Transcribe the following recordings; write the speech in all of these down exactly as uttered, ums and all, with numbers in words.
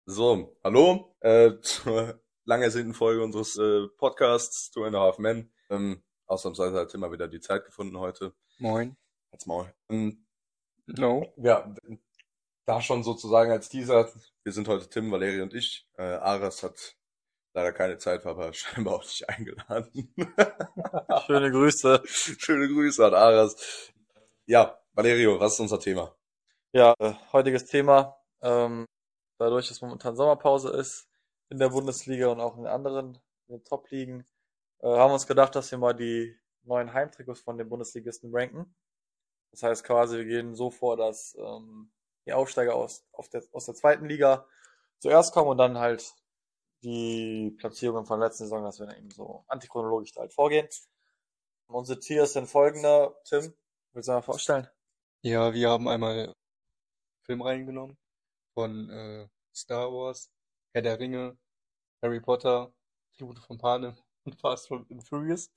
So, hallo, äh, zur lang ersehnten Folge unseres äh, Podcasts Two and a Half Men. Ähm, ausnahmsweise hat Tim mal wieder die Zeit gefunden heute. Moin. Halt's Maul. Ähm, No. ja, da schon sozusagen als Teaser. Wir sind heute Tim, Valerie und ich. Äh, Aras hat leider keine Zeit, war aber scheinbar auch nicht eingeladen. Schöne Grüße. Schöne Grüße an Aras. Ja, Valerio, was ist unser Thema? Ja, äh, heutiges Thema. Ähm, dadurch, dass momentan Sommerpause ist in der Bundesliga und auch in den anderen, in den Top-Ligen, äh, haben wir uns gedacht, dass wir mal die neuen Heimtrikots von den Bundesligisten ranken. Das heißt quasi, wir gehen so vor, dass ähm, die Aufsteiger aus, auf der, aus der zweiten Liga zuerst kommen und dann halt die Platzierungen von der letzten Saison, dass wir dann eben so antichronologisch da halt vorgehen. Unser Tier ist dann folgender. Tim, willst du mal vorstellen? Ja, wir haben einmal Film reingenommen von äh, Star Wars, Herr der Ringe, Harry Potter, Tribute von Panem und Fast and Furious.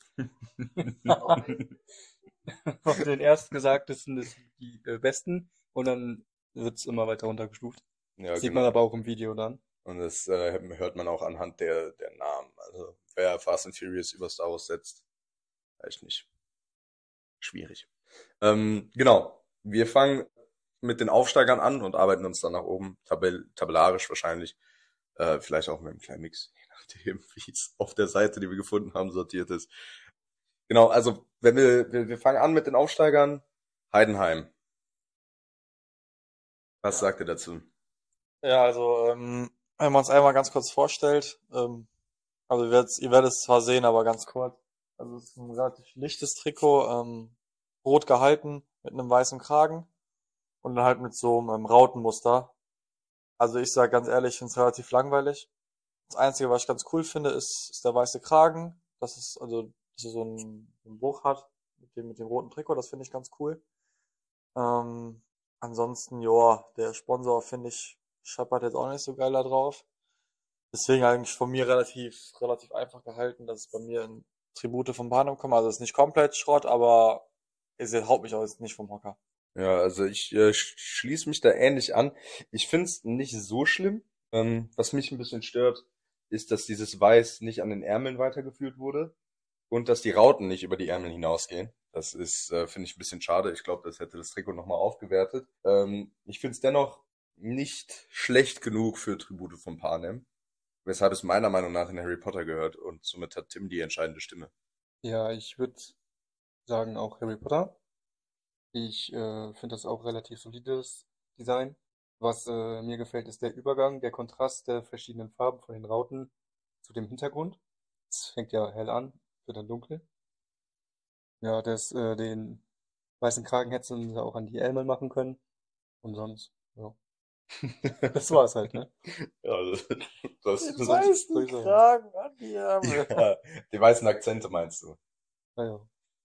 Von den erstgesagtesten ist die äh, besten und dann wird's immer weiter runtergestuft. Ja, Sieht man genau. aber auch im Video dann. Und das äh, hört man auch anhand der, der Namen. Also, wer Fast and Furious über Star Wars setzt, echt nicht. Schwierig. Ähm, genau. Wir fangen mit den Aufsteigern an und arbeiten uns dann nach oben, tabell tabellarisch wahrscheinlich. Äh, vielleicht auch mit einem kleinen Mix, je nachdem, wie es auf der Seite, die wir gefunden haben, sortiert ist. Genau, also wenn wir, wir, wir fangen an mit den Aufsteigern. Heidenheim. Was sagt ihr dazu? Ja, also ähm, wenn man es einmal ganz kurz vorstellt, ähm, also ihr werdet, ihr werdet es zwar sehen, aber ganz kurz. Also es ist ein relativ lichtes Trikot, ähm, rot gehalten mit einem weißen Kragen und dann halt mit so einem ähm, Rautenmuster. Also ich sage ganz ehrlich, ich finde es relativ langweilig. Das Einzige, was ich ganz cool finde, ist, ist der weiße Kragen. Das ist also, dass er so einen, einen Bruch hat mit dem, mit dem roten Trikot. Das finde ich ganz cool. Ähm, ansonsten, ja, der Sponsor finde ich, scheppert jetzt auch nicht so geil da drauf. Deswegen eigentlich von mir relativ, relativ einfach gehalten, dass es bei mir in Tribute vom Panem kommt. Also es ist nicht komplett Schrott, aber es haut mich auch jetzt nicht vom Hocker. Ja, also ich äh, sch- schließe mich da ähnlich an. Ich find's nicht so schlimm. Ähm, was mich ein bisschen stört, ist, dass dieses Weiß nicht an den Ärmeln weitergeführt wurde und dass die Rauten nicht über die Ärmel hinausgehen. Das ist, äh, finde ich, ein bisschen schade. Ich glaube, das hätte das Trikot nochmal aufgewertet. Ähm, ich find's dennoch nicht schlecht genug für Tribute von Panem, weshalb es meiner Meinung nach in Harry Potter gehört und somit hat Tim die entscheidende Stimme. Ja, ich würde sagen auch Harry Potter. Ich äh, finde das auch relativ solides Design. Was äh, mir gefällt, ist der Übergang, der Kontrast der verschiedenen Farben von den Rauten zu dem Hintergrund. Es fängt ja hell an, wird dann dunkel. Ja, das, äh, den weißen Kragen hätten sie auch an die Ärmel machen können. Und sonst, ja. Das war's halt, ne? Ja, das, das, Den das, Soll weißen ich sagen. Kragen an die Ärmel. ja, die weißen Akzente meinst du? Naja.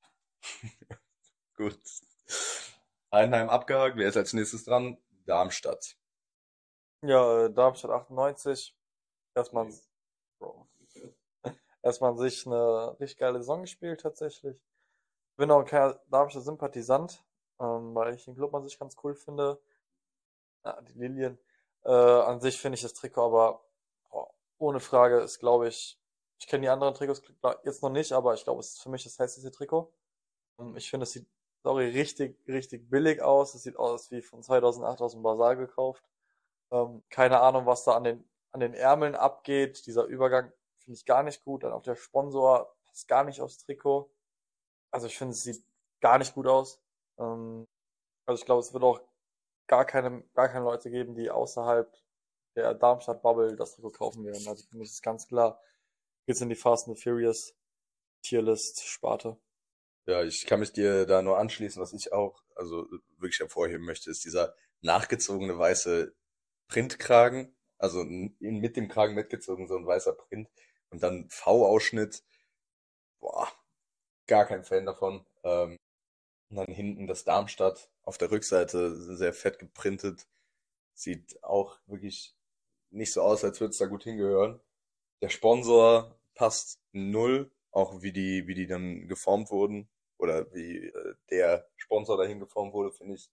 Gut. Heidenheim abgehakt. Wer ist als nächstes dran? Darmstadt. Ja, äh, Darmstadt achtundneunzig. Erstmal, Bro. Erstmal an sich eine richtig geile Saison gespielt tatsächlich. Ich bin auch kein Darmstadt Sympathisant, ähm, weil ich den Club an sich ganz cool finde. Ah, die Lilien. Äh, an sich finde ich das Trikot aber boah, ohne Frage ist, glaube ich, ich kenne die anderen Trikots jetzt noch nicht, aber ich glaube, es ist für mich das hässlichste Trikot. Ähm, ich finde, es sieht, sorry, richtig, richtig billig aus. Es sieht aus wie von zweitausendacht aus dem Basar gekauft. Ähm, keine Ahnung, was da an den, an den Ärmeln abgeht. Dieser Übergang finde ich gar nicht gut. Dann auch der Sponsor passt gar nicht aufs Trikot. Also ich finde, es sieht gar nicht gut aus. Ähm, also ich glaube, es wird auch gar keine, gar keine Leute geben, die außerhalb der Darmstadt-Bubble das Trikot kaufen werden. Also für mich ist ganz klar, geht's in die Fast and the Furious Tierlist-Sparte. Ja, ich kann mich dir da nur anschließen. Was ich auch, also wirklich hervorheben möchte, ist dieser nachgezogene weiße Printkragen. Also n- mit dem Kragen mitgezogen, so ein weißer Print. Und dann V-Ausschnitt. Boah, gar kein Fan davon. Ähm, und dann hinten das Darmstadt auf der Rückseite sehr fett geprintet. Sieht auch wirklich nicht so aus, als würde es da gut hingehören. Der Sponsor passt null, auch wie die, wie die dann geformt wurden oder wie äh, der Sponsor dahin geformt wurde, finde ich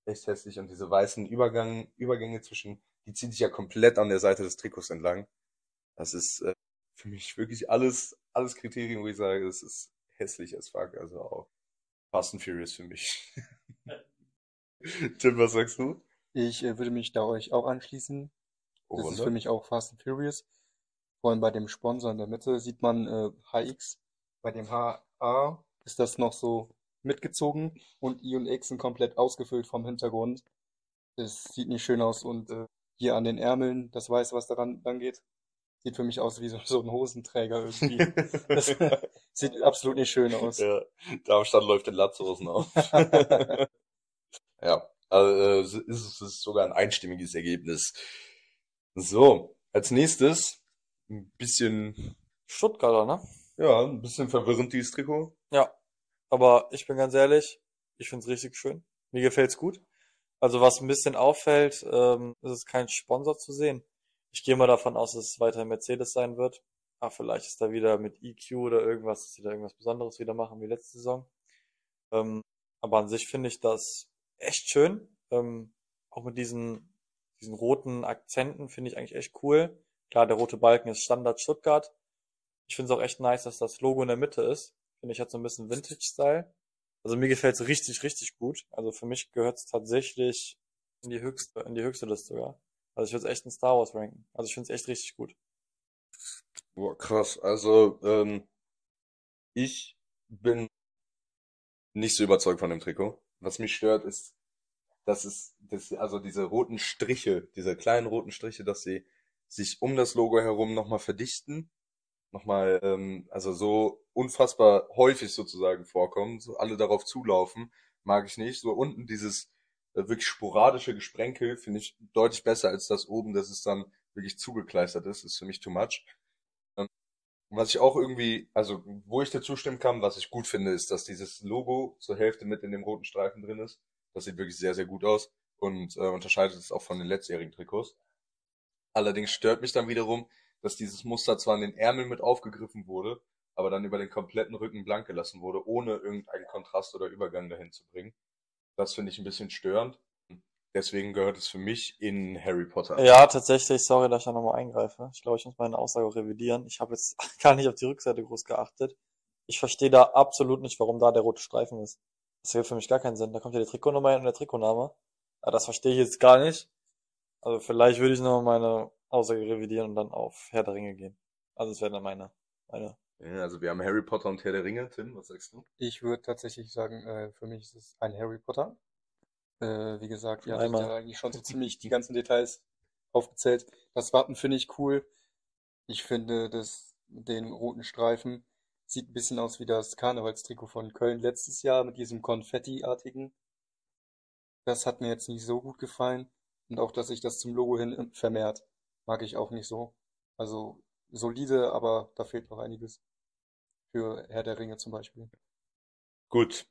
echt hässlich. Und diese weißen Übergang, Übergänge zwischen, die ziehen sich ja komplett an der Seite des Trikots entlang. Das ist äh, für mich wirklich alles, alles Kriterien, wo ich sage, das ist hässlich as fuck. Also auch Fast and Furious für mich. Tim, was sagst du? Ich äh, würde mich da euch auch anschließen. Oh, Das ist für Wunder. mich auch Fast and Furious. Vor allem bei dem Sponsor in der Mitte sieht man äh, H X. Bei dem H A ist das noch so mitgezogen und I und X sind komplett ausgefüllt vom Hintergrund. Das sieht nicht schön aus und äh, hier an den Ärmeln, das Weiße, was daran dann geht, sieht für mich aus wie so, so ein Hosenträger irgendwie. Das sieht absolut nicht schön aus. Ja, Darmstadt läuft in Latzhosen auf. Ja, also äh, ist es ist sogar ein einstimmiges Ergebnis. So, als nächstes ein bisschen, Stuttgarter, ne? ja, ein bisschen verwirrend dieses Trikot. Ja. Aber ich bin ganz ehrlich, ich find's richtig schön. Mir gefällt's gut. Also was ein bisschen auffällt, ähm, ist es kein Sponsor zu sehen. Ich gehe mal davon aus, dass es weiterhin Mercedes sein wird. Ah, vielleicht ist da wieder mit E Q oder irgendwas, dass sie da irgendwas Besonderes wieder machen wie letzte Saison. Ähm, aber an sich finde ich das echt schön. Ähm, auch mit diesen, diesen roten Akzenten finde ich eigentlich echt cool. Klar, der rote Balken ist Standard Stuttgart. Ich finde es auch echt nice, dass das Logo in der Mitte ist. Finde ich hat so ein bisschen Vintage-Style. Also mir gefällt es richtig, richtig gut. Also für mich gehört es tatsächlich in die höchste, in die höchste Liste sogar. Also ich würde es echt in Star Wars ranken. Also ich finde es echt richtig gut. Boah, krass. Also, ähm, ich bin nicht so überzeugt von dem Trikot. Was mich stört, ist, dass es, dass, also diese roten Striche, diese kleinen roten Striche, dass sie sich um das Logo herum nochmal verdichten. Nochmal, ähm, also so unfassbar häufig sozusagen vorkommen, so alle darauf zulaufen, mag ich nicht. So unten dieses äh, wirklich sporadische Gesprenkel finde ich deutlich besser als das oben, dass es dann wirklich zugekleistert ist, ist für mich too much. Ähm, Was ich auch irgendwie, also wo ich dir zustimmen kann, was ich gut finde, ist, dass dieses Logo zur Hälfte mit in dem roten Streifen drin ist. Das sieht wirklich sehr, sehr gut aus und äh, unterscheidet es auch von den letztjährigen Trikots. Allerdings stört mich dann wiederum, dass dieses Muster zwar in den Ärmeln mit aufgegriffen wurde, aber dann über den kompletten Rücken blank gelassen wurde, ohne irgendeinen Kontrast oder Übergang dahin zu bringen. Das finde ich ein bisschen störend. Deswegen gehört es für mich in Harry Potter. Ja, tatsächlich, sorry, dass ich da nochmal eingreife. Ich glaube, ich muss meine Aussage auch revidieren. Ich habe jetzt gar nicht auf die Rückseite groß geachtet. Ich verstehe da absolut nicht, warum da der rote Streifen ist. Das ergibt für mich gar keinen Sinn. Da kommt ja die Trikotnummer hin und der Trikotname. Aber das verstehe ich jetzt gar nicht. Also vielleicht würde ich nochmal meine Aussage revidieren und dann auf Herr der Ringe gehen. Also das wäre dann meine, meine. Ja, also wir haben Harry Potter und Herr der Ringe. Tim, was sagst du? Ich würde tatsächlich sagen, äh, für mich ist es ein Harry Potter. Äh, wie gesagt, Schon ihr hattet ja einmal. eigentlich schon so ziemlich die ganzen Details aufgezählt. Das Wappen finde ich cool. Ich finde, das mit den roten Streifen sieht ein bisschen aus wie das Karnevalstrikot von Köln letztes Jahr mit diesem Konfetti-artigen. Das hat mir jetzt nicht so gut gefallen. Und auch, dass sich das zum Logo hin vermehrt, mag ich auch nicht so. Also solide, aber da fehlt noch einiges. Für Herr der Ringe zum Beispiel. Gut,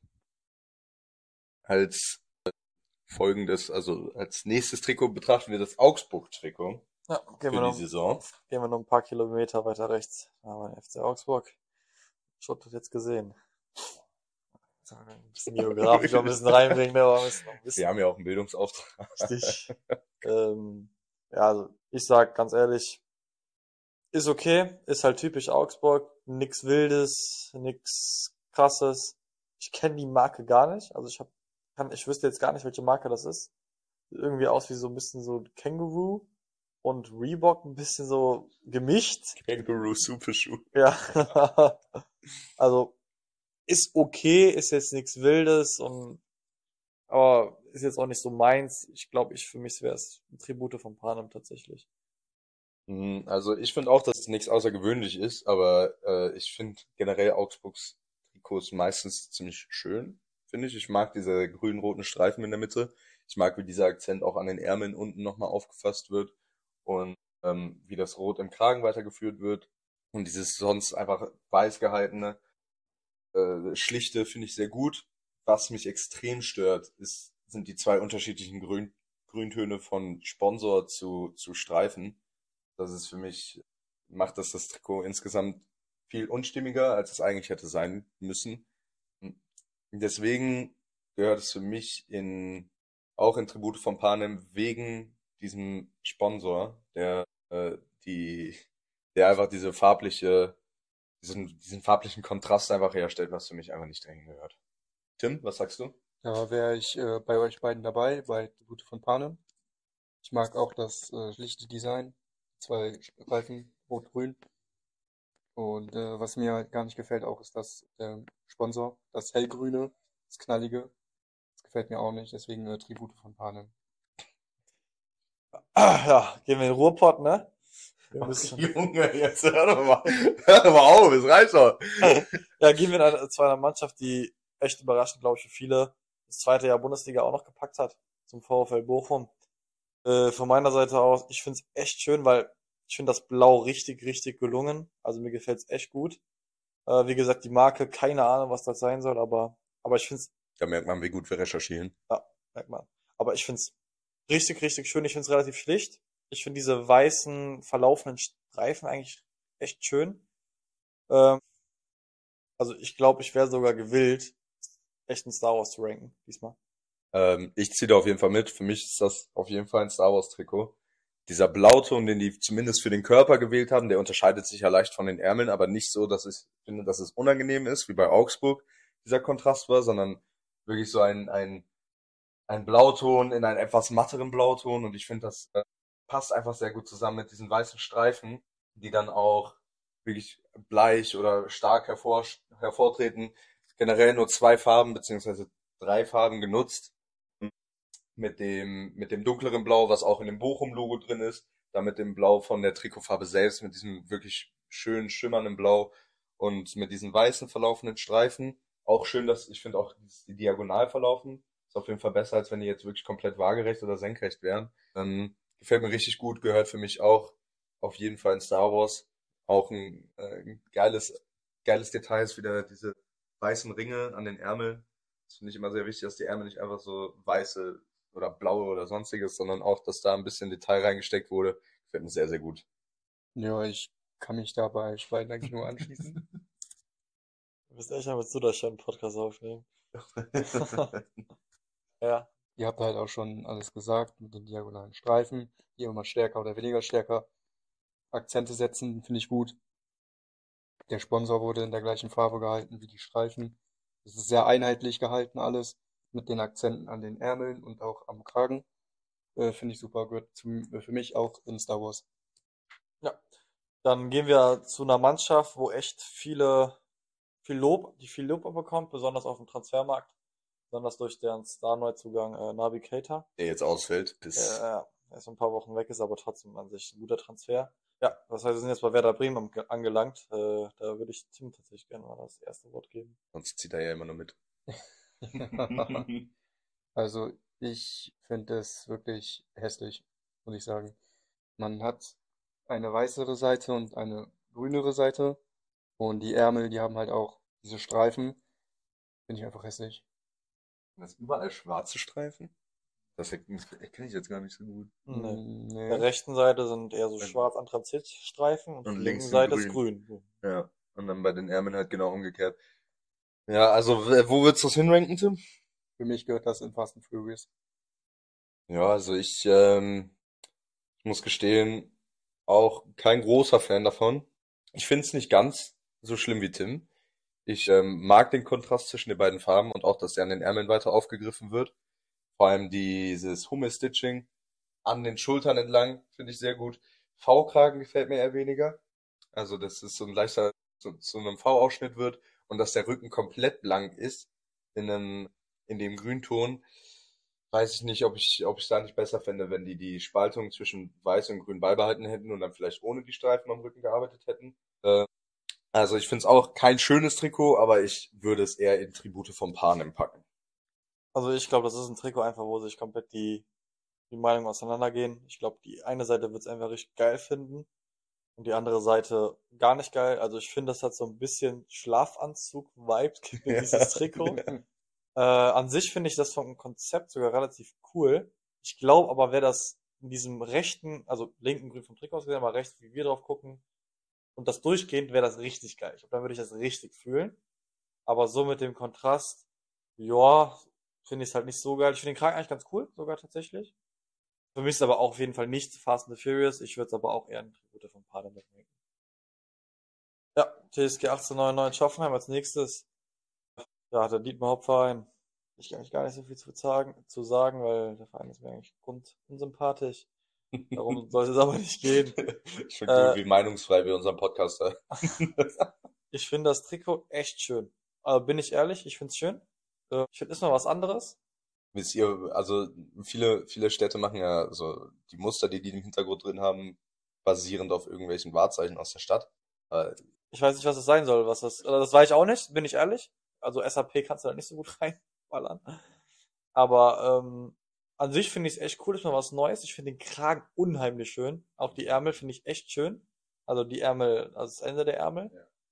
als folgendes, also als nächstes Trikot betrachten wir das Augsburg-Trikot Ja, gehen für wir die noch, Saison. gehen wir noch ein paar Kilometer weiter rechts. Da haben wir den F C Augsburg. Schott hat jetzt gesehen. Jetzt haben wir ein bisschen geografisch noch ein bisschen reinbringen, ne, aber wir müssen noch ein Wir bisschen haben ja auch einen Bildungsauftrag. richtig. Ähm, ja, also ich sag ganz ehrlich, ist okay, ist halt typisch Augsburg, nix Wildes, nix Krasses. Ich kenne die Marke gar nicht, also ich hab, kann, ich wüsste jetzt gar nicht, welche Marke das ist. Sieht irgendwie aus wie so ein bisschen so Känguru und Reebok ein bisschen so gemischt. Kangaroo Super Shoe. Ja, also ist okay, ist jetzt nichts Wildes und aber ist jetzt auch nicht so meins. Ich glaube, ich für mich wäre es ein Tribute von Panem tatsächlich. Mhm, Also ich finde auch, dass es nichts außergewöhnlich ist, aber äh, ich finde generell Augsburgs Trikots meistens ziemlich schön, finde ich. Ich mag diese grün-roten Streifen in der Mitte. Ich mag, wie dieser Akzent auch an den Ärmeln unten nochmal aufgefasst wird und ähm, wie das Rot im Kragen weitergeführt wird. Und dieses sonst einfach weiß gehaltene, äh, schlichte finde ich sehr gut. Was mich extrem stört, ist, sind die zwei unterschiedlichen Grün Grüntöne von Sponsor zu, zu Streifen. Das ist für mich, macht das das Trikot insgesamt viel unstimmiger, als es eigentlich hätte sein müssen. Deswegen gehört es für mich in auch in Tribute von Panem wegen diesem Sponsor, der äh, die, der einfach diese farbliche, diesen, diesen farblichen Kontrast einfach herstellt, was für mich einfach nicht dahin gehört. Tim, was sagst du? Da wäre ich äh, bei euch beiden dabei, bei Tribute von Panem. Ich mag auch das äh, schlichte Design. Zwei Streifen, rot-grün. Und äh, was mir halt gar nicht gefällt auch, ist das der Sponsor, das hellgrüne, das knallige. Das gefällt mir auch nicht, deswegen äh, Tribute von Panem. Ah, ja, gehen wir in den Ruhrpott, ne? Wir Ach, müssen, Junge, jetzt hör doch mal, hör doch mal auf, es reicht doch. ja, gehen wir in eine, zu einer Mannschaft, die echt überraschend, glaube ich, für viele das zweite Jahr Bundesliga auch noch gepackt hat, zum VfL Bochum. Äh, von meiner Seite aus, ich finde es echt schön, weil ich finde das Blau richtig, richtig gelungen. Also mir gefällt es echt gut. Äh, wie gesagt, die Marke, keine Ahnung, was das sein soll, aber, aber ich finde es, Da merkt man, wie gut wir recherchieren. ja, merkt man. Aber ich finde es richtig, richtig schön. Ich finde es relativ schlicht. Ich finde diese weißen, verlaufenden Streifen eigentlich echt schön. Ähm, also ich glaube, ich wäre sogar gewillt, echt ein Star Wars zu ranken, diesmal. Ähm, ich ziehe da auf jeden Fall mit. Für mich ist das auf jeden Fall ein Star Wars Trikot. Dieser Blauton, den die zumindest für den Körper gewählt haben, der unterscheidet sich ja leicht von den Ärmeln, aber nicht so, dass ich finde, dass es unangenehm ist, wie bei Augsburg dieser Kontrast war, sondern wirklich so ein, ein, ein Blauton in einen etwas matteren Blauton, und ich finde, das äh, passt einfach sehr gut zusammen mit diesen weißen Streifen, die dann auch wirklich bleich oder stark hervor, hervortreten. Generell nur zwei Farben beziehungsweise drei Farben genutzt, mit dem, mit dem dunkleren Blau, was auch in dem Bochum-Logo drin ist, dann mit dem Blau von der Trikotfarbe selbst, mit diesem wirklich schön schimmernden Blau und mit diesen weißen verlaufenden Streifen. Auch schön, dass ich finde auch die diagonal verlaufen. Ist auf jeden Fall besser, als wenn die jetzt wirklich komplett waagerecht oder senkrecht wären. Dann gefällt mir richtig gut, gehört für mich auch auf jeden Fall in Star Wars. Auch ein, äh, ein geiles, geiles Detail ist wieder diese weißen Ringe an den Ärmeln. Das finde ich immer sehr wichtig, dass die Ärmel nicht einfach so weiße oder blaue oder sonstiges, sondern auch, dass da ein bisschen Detail reingesteckt wurde. Gefällt mir sehr, sehr gut. Ja, ich kann mich da bei euch beiden eigentlich nur anschließen. Du bist echt, willst du da schon einen Podcast aufnehmen? Ja. Ihr habt halt auch schon alles gesagt mit den diagonalen Streifen, die immer stärker oder weniger stärker Akzente setzen, finde ich gut. Der Sponsor wurde in der gleichen Farbe gehalten wie die Streifen. Es ist sehr einheitlich gehalten alles, mit den Akzenten an den Ärmeln und auch am Kragen. Äh, finde ich super, gehört zum, äh, für mich auch in Star Wars. Ja. Dann gehen wir zu einer Mannschaft, wo echt viele, viel Lob, die viel Lob bekommt, besonders auf dem Transfermarkt. Besonders durch deren Star-Neuzugang äh, Naby Keita. Der jetzt ausfällt, Der bis äh, erst ein paar Wochen weg ist, aber trotzdem an sich ein guter Transfer. Ja, das heißt, wir sind jetzt bei Werder Bremen am- angelangt. Äh, da würde ich Tim tatsächlich gerne mal das erste Wort geben. sonst zieht er ja immer nur mit. Also ich finde es wirklich hässlich, muss ich sagen. Man hat eine weißere Seite und eine grünere Seite und die Ärmel, die haben halt auch diese Streifen. Finde ich einfach hässlich. Das überall schwarze Streifen? Das erkenne ich jetzt gar nicht so gut. Nee. Mm, Auf der nee. rechten Seite sind eher so Und- schwarz-anthrazit-Streifen und, und auf der links linken sind Seite ist grün. grün. Ja. Und dann bei den Ärmeln halt genau umgekehrt. Ja, also w- wo würdest du das hinranken, Tim? Für mich gehört das in Fast and Furious. Ja, also ich, ähm, ich muss gestehen, auch kein großer Fan davon. Ich finde es nicht ganz so schlimm wie Tim. Ich ähm, mag den Kontrast zwischen den beiden Farben und auch, dass der an den Ärmeln weiter aufgegriffen wird. Vor allem dieses Hummel-Stitching an den Schultern entlang finde ich sehr gut. V-Kragen gefällt mir eher weniger. Also, dass es so ein leichter, so, zu einem V-Ausschnitt wird und dass der Rücken komplett blank ist in einem, in dem Grünton. Weiß ich nicht, ob ich, ob ich da nicht besser fände, wenn die die Spaltung zwischen Weiß und Grün beibehalten hätten und dann vielleicht ohne die Streifen am Rücken gearbeitet hätten. Äh, also ich finde es auch kein schönes Trikot, aber ich würde es eher in Tribute vom Panem packen. Also ich glaube, das ist ein Trikot einfach, wo sich komplett die, die Meinungen auseinandergehen. Ich glaube, die eine Seite wird es einfach richtig geil finden und die andere Seite gar nicht geil. Also ich finde, das hat so ein bisschen Schlafanzug-Vibes, gibt mir dieses Trikot. Äh, an sich finde ich das vom Konzept sogar relativ cool. Ich glaube aber, wer das in diesem rechten, also linken Grün vom Trikot aus gesehen, aber rechts, wie wir drauf gucken, und das durchgehend, wäre das richtig geil. Ich glaube, dann würde ich das richtig fühlen. Aber so mit dem Kontrast, ja, finde ich es halt nicht so geil. Ich finde den Kragen eigentlich ganz cool, sogar tatsächlich. Für mich ist es aber auch auf jeden Fall nicht Fast and the Furious. Ich würde es aber auch eher ein Tribute von Panem mitnehmen. Ja, T S G achtzehnhundertneunundneunzig Hoffenheim als nächstes. Ja, der Dietmar Hopp-Verein. Ich kann eigentlich gar nicht so viel zu sagen, zu sagen, weil der Verein ist mir eigentlich grund unsympathisch. Darum sollte es aber nicht gehen. Ich finde Äh, gut, wie meinungsfrei wir unseren Podcast haben. Ich finde das Trikot echt schön. Aber bin ich ehrlich, ich finde es schön. Äh, Ich finde, ist mal was anderes. Wisst ihr, also viele, viele Städte machen ja so die Muster, die die im Hintergrund drin haben, basierend auf irgendwelchen Wahrzeichen aus der Stadt. Äh, Ich weiß nicht, was es sein soll. Was das, oder das weiß ich auch nicht, bin ich ehrlich. Also S A P kannst du da nicht so gut reinballern. Aber ähm, an sich finde ich es echt cool, ist mal was Neues. Ich finde den Kragen unheimlich schön. Auch die Ärmel finde ich echt schön. Also die Ärmel, also das Ende der Ärmel.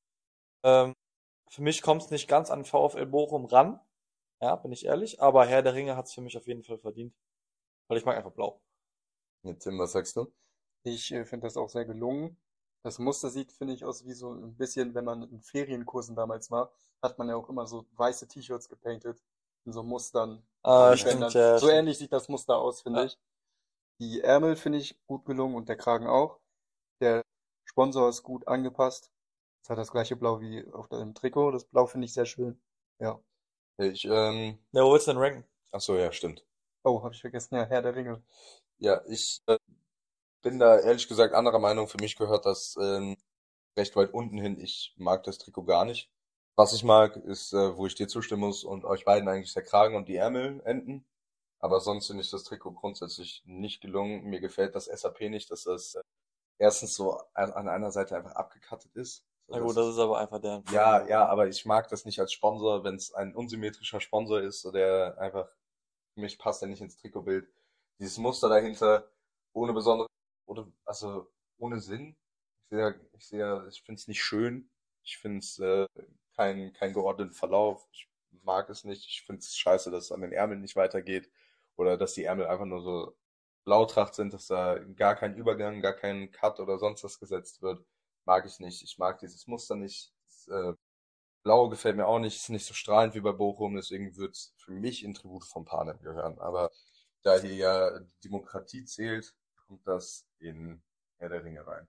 Ähm, für mich kommt es nicht ganz an VfL Bochum ran. Ja, bin ich ehrlich. Aber Herr der Ringe hat es für mich auf jeden Fall verdient. Weil ich mag einfach blau. mit Tim, was sagst du? Ich äh, finde das auch sehr gelungen. Das Muster sieht, finde ich, aus wie so ein bisschen, wenn man in Ferienkursen damals war, hat man ja auch immer so weiße T-Shirts gepainted in so Mustern. Ah, und stimmt, Bändern. ja, So stimmt. ähnlich sieht das Muster aus, finde Ja. ich. Die Ärmel finde ich gut gelungen und der Kragen auch. Der Sponsor ist gut angepasst. Es hat das gleiche Blau wie auf dem Trikot. Das Blau finde ich sehr schön. Ja. Ich, ähm, Ja, wo willst du denn ranken? ach so, ja, stimmt. Oh, habe ich vergessen. Ja, Herr der Ringe. Ja, ich äh, bin da ehrlich gesagt anderer Meinung. Für mich gehört das ähm, recht weit unten hin. Ich mag das Trikot gar nicht. Was ich mag, ist, äh, wo ich dir zustimmen muss und euch beiden eigentlich der Kragen und die Ärmel enden. Aber sonst finde ich das Trikot grundsätzlich nicht gelungen. Mir gefällt das S A P nicht, dass das äh, erstens so an, an einer Seite einfach abgekattet ist. Na gut, das ist aber einfach deren Ja, ja, aber ich mag das nicht als Sponsor, wenn es ein unsymmetrischer Sponsor ist, so der einfach, für mich passt der nicht ins Trikotbild. Dieses Muster dahinter, ohne besondere, oder, also, ohne Sinn. Ich sehe, ich sehe, ich finde es nicht schön. Ich finde es äh, kein, kein geordneten Verlauf. Ich mag es nicht. Ich finde es scheiße, dass es an den Ärmeln nicht weitergeht. Oder dass die Ärmel einfach nur so Blautracht sind, dass da gar kein Übergang, gar kein Cut oder sonst was gesetzt wird. Mag ich nicht. Ich mag dieses Muster nicht. Das, äh, Blau gefällt mir auch nicht. Ist nicht so strahlend wie bei Bochum. Deswegen wird es für mich in Tribute von Panem gehören. Aber da hier ja Demokratie zählt, kommt das in Herr der Ringe rein.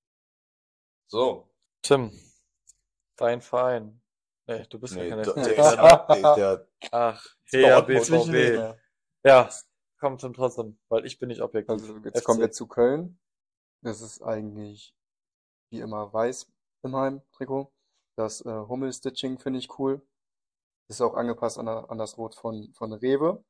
So. Tim, dein Verein. Nee, du bist ja Nee, kein der, F C. der, der, der, Ach, bei Herr Dortmund B V Nicht B. mehr. Ja, komm zum trotzdem, weil ich bin nicht objektiv. Also jetzt F C. kommen wir zu Köln. Das ist eigentlich wie immer weiß im Heimtrikot. Das äh, Hummel-Stitching finde ich cool. Ist auch angepasst an, der- an das Rot von, von Rewe.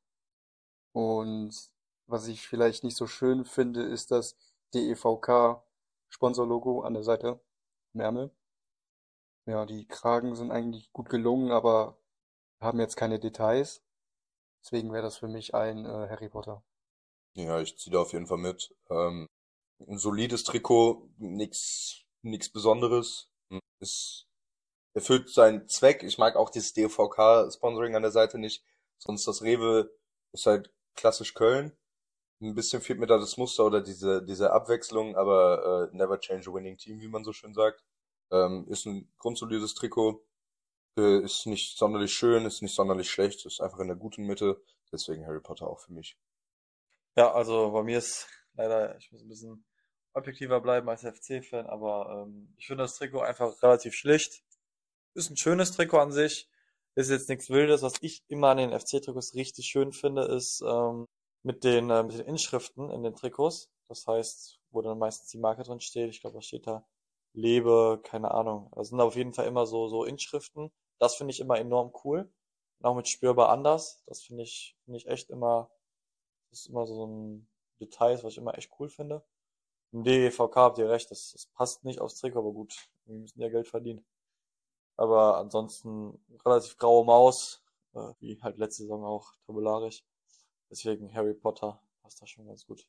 Und was ich vielleicht nicht so schön finde, ist das D E V K-Sponsorlogo an der Seite im Ärmel. Ja, die Kragen sind eigentlich gut gelungen, aber haben jetzt keine Details. Deswegen wäre das für mich ein äh, Harry Potter. ja, ich ziehe da auf jeden Fall mit. Ähm, ein solides Trikot, nix, nix Besonderes. Es erfüllt seinen Zweck. Ich mag auch dieses D E V K-Sponsoring an der Seite nicht. Sonst das Rewe ist halt klassisch Köln. Ein bisschen fehlt mir da das Muster oder diese, diese Abwechslung, aber äh, never change a winning team, wie man so schön sagt. Ähm, ist ein grundsolides Trikot. Äh, ist nicht sonderlich schön, ist nicht sonderlich schlecht, ist einfach in der guten Mitte. Deswegen Harry Potter auch für mich. Ja, also bei mir ist leider, ich muss ein bisschen objektiver bleiben als F C-Fan, aber ähm, ich finde das Trikot einfach relativ schlicht. Ist ein schönes Trikot an sich. Ist jetzt nichts Wildes. Was ich immer an den F C-Trikots richtig schön finde, ist ähm, mit den, äh, mit den Inschriften in den Trikots. Das heißt, wo dann meistens die Marke drin steht. Ich glaube, da steht da Lebe, keine Ahnung. Das sind auf jeden Fall immer so, so Inschriften. Das finde ich immer enorm cool. Und auch mit spürbar anders. Das finde ich, finde ich echt immer, das ist immer so ein Detail, was ich immer echt cool finde. Im D E V K habt ihr recht, das, das passt nicht aufs Trikot, aber gut, wir müssen ja Geld verdienen. Aber ansonsten relativ graue Maus, äh, wie halt letzte Saison auch tabellarisch. Deswegen Harry Potter passt da schon ganz gut.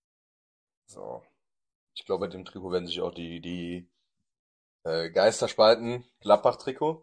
So. Ich glaube, bei dem Trikot werden sich auch die, die äh, Geister spalten. Gladbach-Trikot.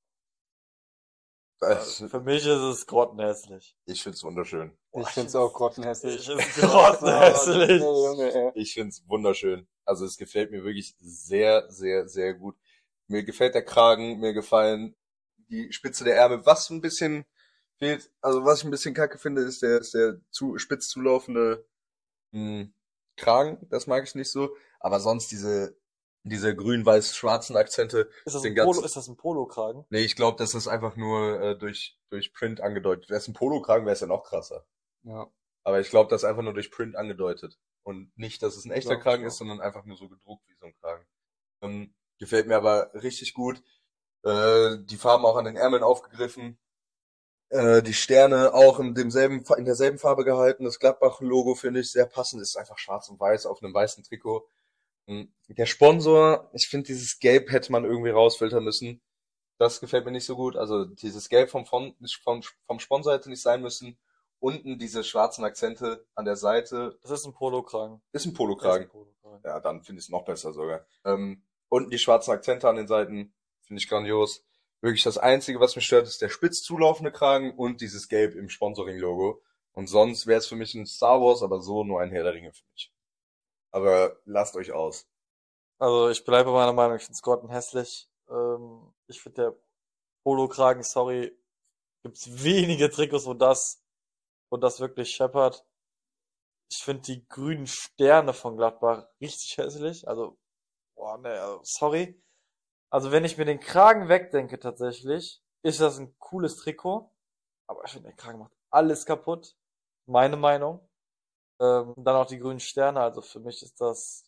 Also für mich ist es grottenhässlich. Ich find's wunderschön. Ich finde es auch grottenhässlich. Ich find's grottenhässlich. Nee, Junge, ey. Ich find's wunderschön. Also es gefällt mir wirklich sehr, sehr, sehr gut. Mir gefällt der Kragen, mir gefallen die Spitze der Ärmel, was ein bisschen fehlt, also was ich ein bisschen kacke finde, ist der, ist der zu spitz zulaufende mh, Kragen. Das mag ich nicht so. Aber sonst diese, diese grün-weiß-schwarzen Akzente. Ist das den ein Polo, ganzen- ist das ein Polo-Kragen? Nee, ich glaube, das ist einfach nur äh, durch, durch Print angedeutet. Wäre es ein Polo-Kragen, wäre es ja noch krasser. Ja. Aber ich glaube, das ist einfach nur durch Print angedeutet. Und nicht, dass es ein echter Glaub ich Kragen auch. ist, sondern einfach nur so gedruckt wie so ein Kragen. Ähm, gefällt mir aber richtig gut. Äh, die Farben auch an den Ärmeln aufgegriffen. Äh, die Sterne auch in demselben, in derselben Farbe gehalten. Das Gladbach-Logo finde ich sehr passend. Ist einfach schwarz und weiß auf einem weißen Trikot. Ähm, Der Sponsor, ich finde, dieses Gelb hätte man irgendwie rausfiltern müssen. Das gefällt mir nicht so gut. Also dieses Gelb vom, vom, vom, vom Sponsor hätte nicht sein müssen. Unten diese schwarzen Akzente an der Seite. Das ist ein Polo-Kragen. Ist ein Das ist ein Polo-Kragen. Polo-Kragen. Ja, dann finde ich es noch besser sogar. Ähm, unten die schwarzen Akzente an den Seiten. Finde ich grandios. Wirklich das Einzige, was mich stört, ist der spitz zulaufende Kragen und dieses Gelb im Sponsoring-Logo. Und sonst wäre es für mich ein Star Wars, aber so nur ein Herr der Ringe für mich. Aber lasst euch aus. Also ich bleibe bei meiner Meinung, ich finde Scotten hässlich. Ähm, ich finde der Polo-Kragen, sorry, gibt's wenige Trikots, wo das, wo das wirklich scheppert. Ich finde die grünen Sterne von Gladbach richtig hässlich. Also, boah, ne, also, sorry. Also wenn ich mir den Kragen wegdenke tatsächlich, ist das ein cooles Trikot. Aber ich finde, der Kragen macht alles kaputt. Meine Meinung. Ähm, dann auch die grünen Sterne. Also für mich ist das,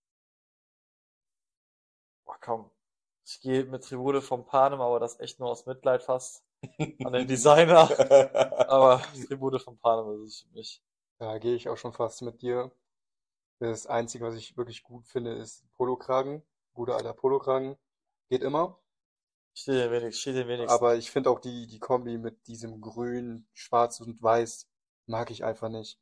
boah, komm. Ich gehe mit Tribute vom Panem, aber das echt nur aus Mitleid fast an den Designer. Aber Tribute vom Panem ist es für mich. Da gehe ich auch schon fast mit dir. Das Einzige, was ich wirklich gut finde, ist Polokragen. Guter alter Polokragen. Geht immer. Steht den wenigsten, steht den wenigsten. Aber ich finde auch die, die Kombi mit diesem Grün, Schwarz und Weiß mag ich einfach nicht.